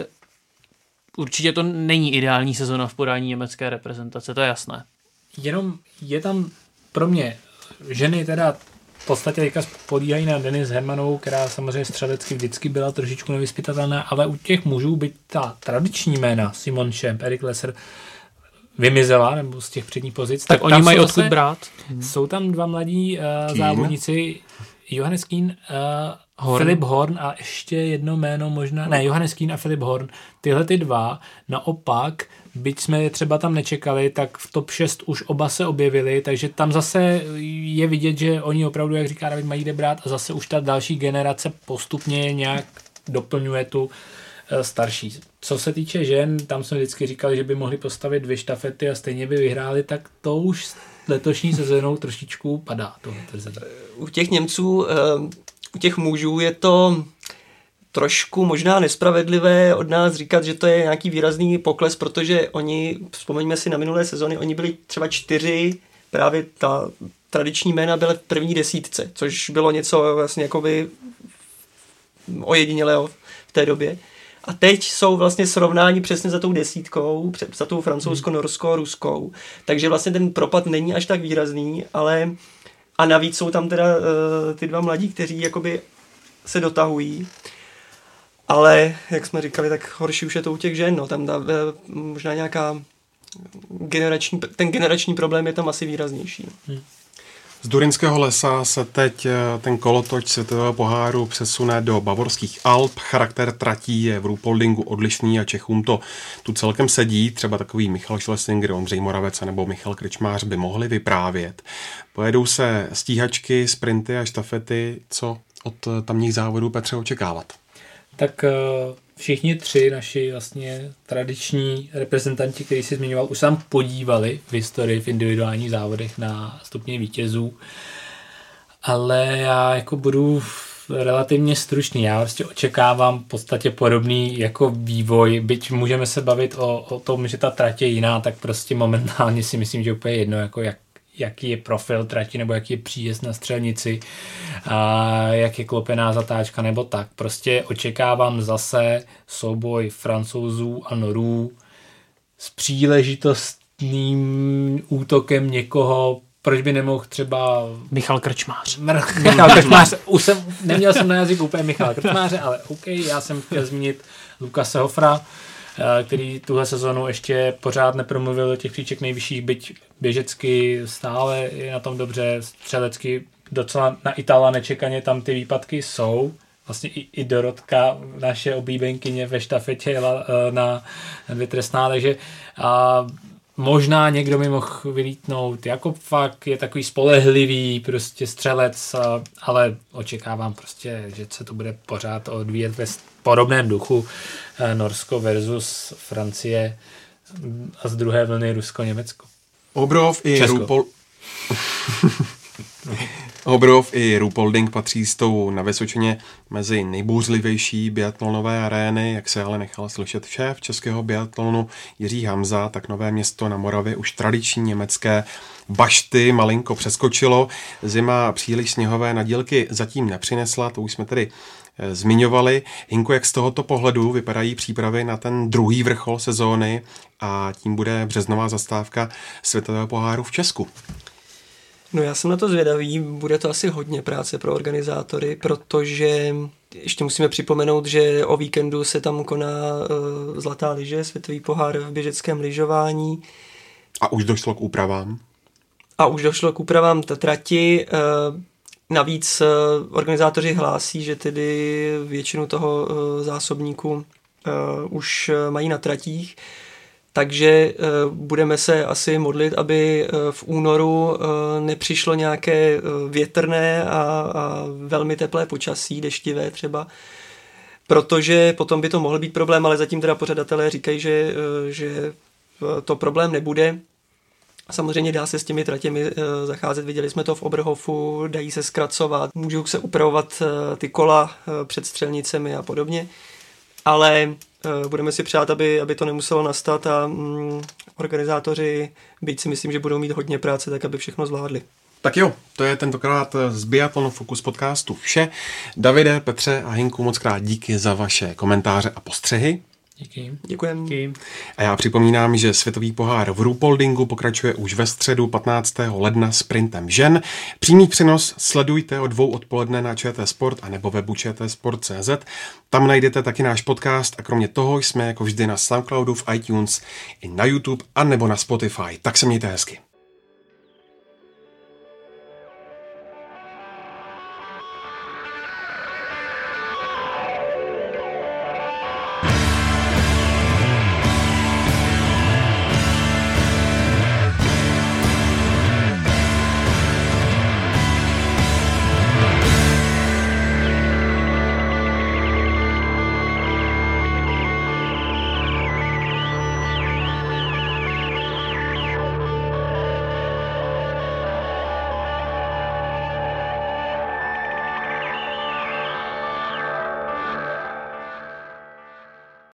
určitě to není ideální sezona v podání německé reprezentace, to je jasné. Jenom je tam pro mě ženy teda v podstatě teďka spodíhají na Denis Hermanovou, která samozřejmě střelecky vždycky byla trošičku nevyzpytatelná, ale u těch mužů byť ta tradiční jména, Simon Schemp, Erik Lesser, vymizela, nebo z těch předních pozic. Tak oni mají odkud brát. Jsou tam dva mladí závodníci, Johannes Keen, Filip Horn a ještě jedno jméno možná, ne, Johannes Keen a Filip Horn. Tyhle ty dva, naopak, byť jsme je třeba tam nečekali, tak v top 6 už oba se objevili, takže tam zase je vidět, že oni opravdu, jak říká David, mají kde brát a zase už ta další generace postupně nějak doplňuje tu starší. Co se týče žen, tam jsme vždycky říkali, že by mohli postavit 2 štafety a stejně by vyhráli, tak to už letošní sezónou trošičku padá. U těch Němců, u těch mužů je to trošku možná nespravedlivé od nás říkat, že to je nějaký výrazný pokles, protože oni, vzpomeňme si na minulé sezony, oni byli třeba 4, právě ta tradiční jména byla v první 10, což bylo něco vlastně jakoby ojedinělého v té době. A teď jsou vlastně srovnání přesně za tou 10, za tou francouzsko-norskou, ruskou. Takže vlastně ten propad není až tak výrazný, ale a navíc jsou tam teda ty dva mladí, kteří jakoby se dotahují. Ale, jak jsme říkali, tak horší už je to u těch žen. No. Tam možná nějaká ten generační problém je tam asi výraznější. Z Durynského lesa se teď ten kolotoč světového poháru přesune do bavorských Alp. Charakter tratí je v Ruhpoldingu odlišný a Čechům to tu celkem sedí. Třeba takový Michal Schlesinger, Ondřej Moravec nebo Michal Krčmář by mohli vyprávět. Pojedou se stíhačky, sprinty a štafety. Co od tamních závodů, Petře, očekávat? Tak všichni 3 naši vlastně tradiční reprezentanti, který si zmiňoval, už sám podívali v historii v individuálních závodech na stupně vítězů, ale já jako budu relativně stručný. Já prostě očekávám v podstatě podobný jako vývoj, byť můžeme se bavit o tom, že ta trať je jiná, tak prostě momentálně si myslím, že úplně jedno, jako jaký je profil trati, nebo jaký je příjezd na střelnici, a jak je klopená zatáčka, nebo tak. Prostě očekávám zase souboj Francouzů a Norů s příležitostným útokem někoho, proč by nemohl třeba... Michal Krčmář. Michal Krčmář. Neměl jsem na jazyku úplně Michal Krčmáře, ale OK, já jsem chtěl zmínit Lukase Hofra, který tuhle sezonu ještě pořád nepromluvil do těch příček nejvyšších, byť běžecky stále je na tom dobře, střelecky docela na Itala nečekaně tam ty výpadky jsou. Vlastně i Dorotka, naše oblíbenkyně ve štafetě jela na 2 trestná, takže možná někdo mi mohl vylítnout. Jakob fakt je takový spolehlivý prostě střelec, ale očekávám prostě, že se to bude pořád odvíjet ve podobném duchu. Norsko versus Francie a z druhé vlny Rusko-Německo. Obrov i Ruhpolding patří s tou na Vysočině mezi nejbouřlivější biatlonové arény, jak se ale nechal slyšet šéf českého biatlonu Jiří Hamza, tak Nové Město na Moravě už tradiční německé bašty malinko přeskočilo. Zima příliš sněhové nadílky zatím nepřinesla, to už jsme tedy zmiňovali. Hinko, jak z tohoto pohledu vypadají přípravy na ten druhý vrchol sezóny a tím bude březnová zastávka světového poháru v Česku? No já jsem na to zvědavý, bude to asi hodně práce pro organizátory, protože ještě musíme připomenout, že o víkendu se tam koná Zlatá lyže, světový pohár v běžeckém lyžování. A už došlo k úpravám? Ta trati. Navíc organizátoři hlásí, že tedy většinu toho zásobníku už mají na tratích. Takže budeme se asi modlit, aby v únoru nepřišlo nějaké větrné a velmi teplé počasí, deštivé třeba, protože potom by to mohl být problém, ale zatím teda pořadatelé říkají, že to problém nebude. Samozřejmě dá se s těmi tratěmi zacházet, viděli jsme to v Oberhofu, dají se zkracovat, můžou se upravovat ty kola před střelnicemi a podobně, ale budeme si přát, aby to nemuselo nastat a organizátoři, byť si myslím, že budou mít hodně práce, tak aby všechno zvládli. Tak jo, to je tentokrát z Biathlonu Focus podcastu vše. Davide, Petře a Hinku, moc krát díky za vaše komentáře a postřehy. Díky. Děkujeme. Díky. A já připomínám, že světový pohár v Ruhpoldingu pokračuje už ve středu 15. ledna sprintem žen. Přímý přenos sledujte od 2 odpoledne na ČT Sport a nebo webu čtsport.cz. Tam najdete taky náš podcast a kromě toho jsme jako vždy na Soundcloudu, v iTunes, i na YouTube a nebo na Spotify. Tak se mějte hezky.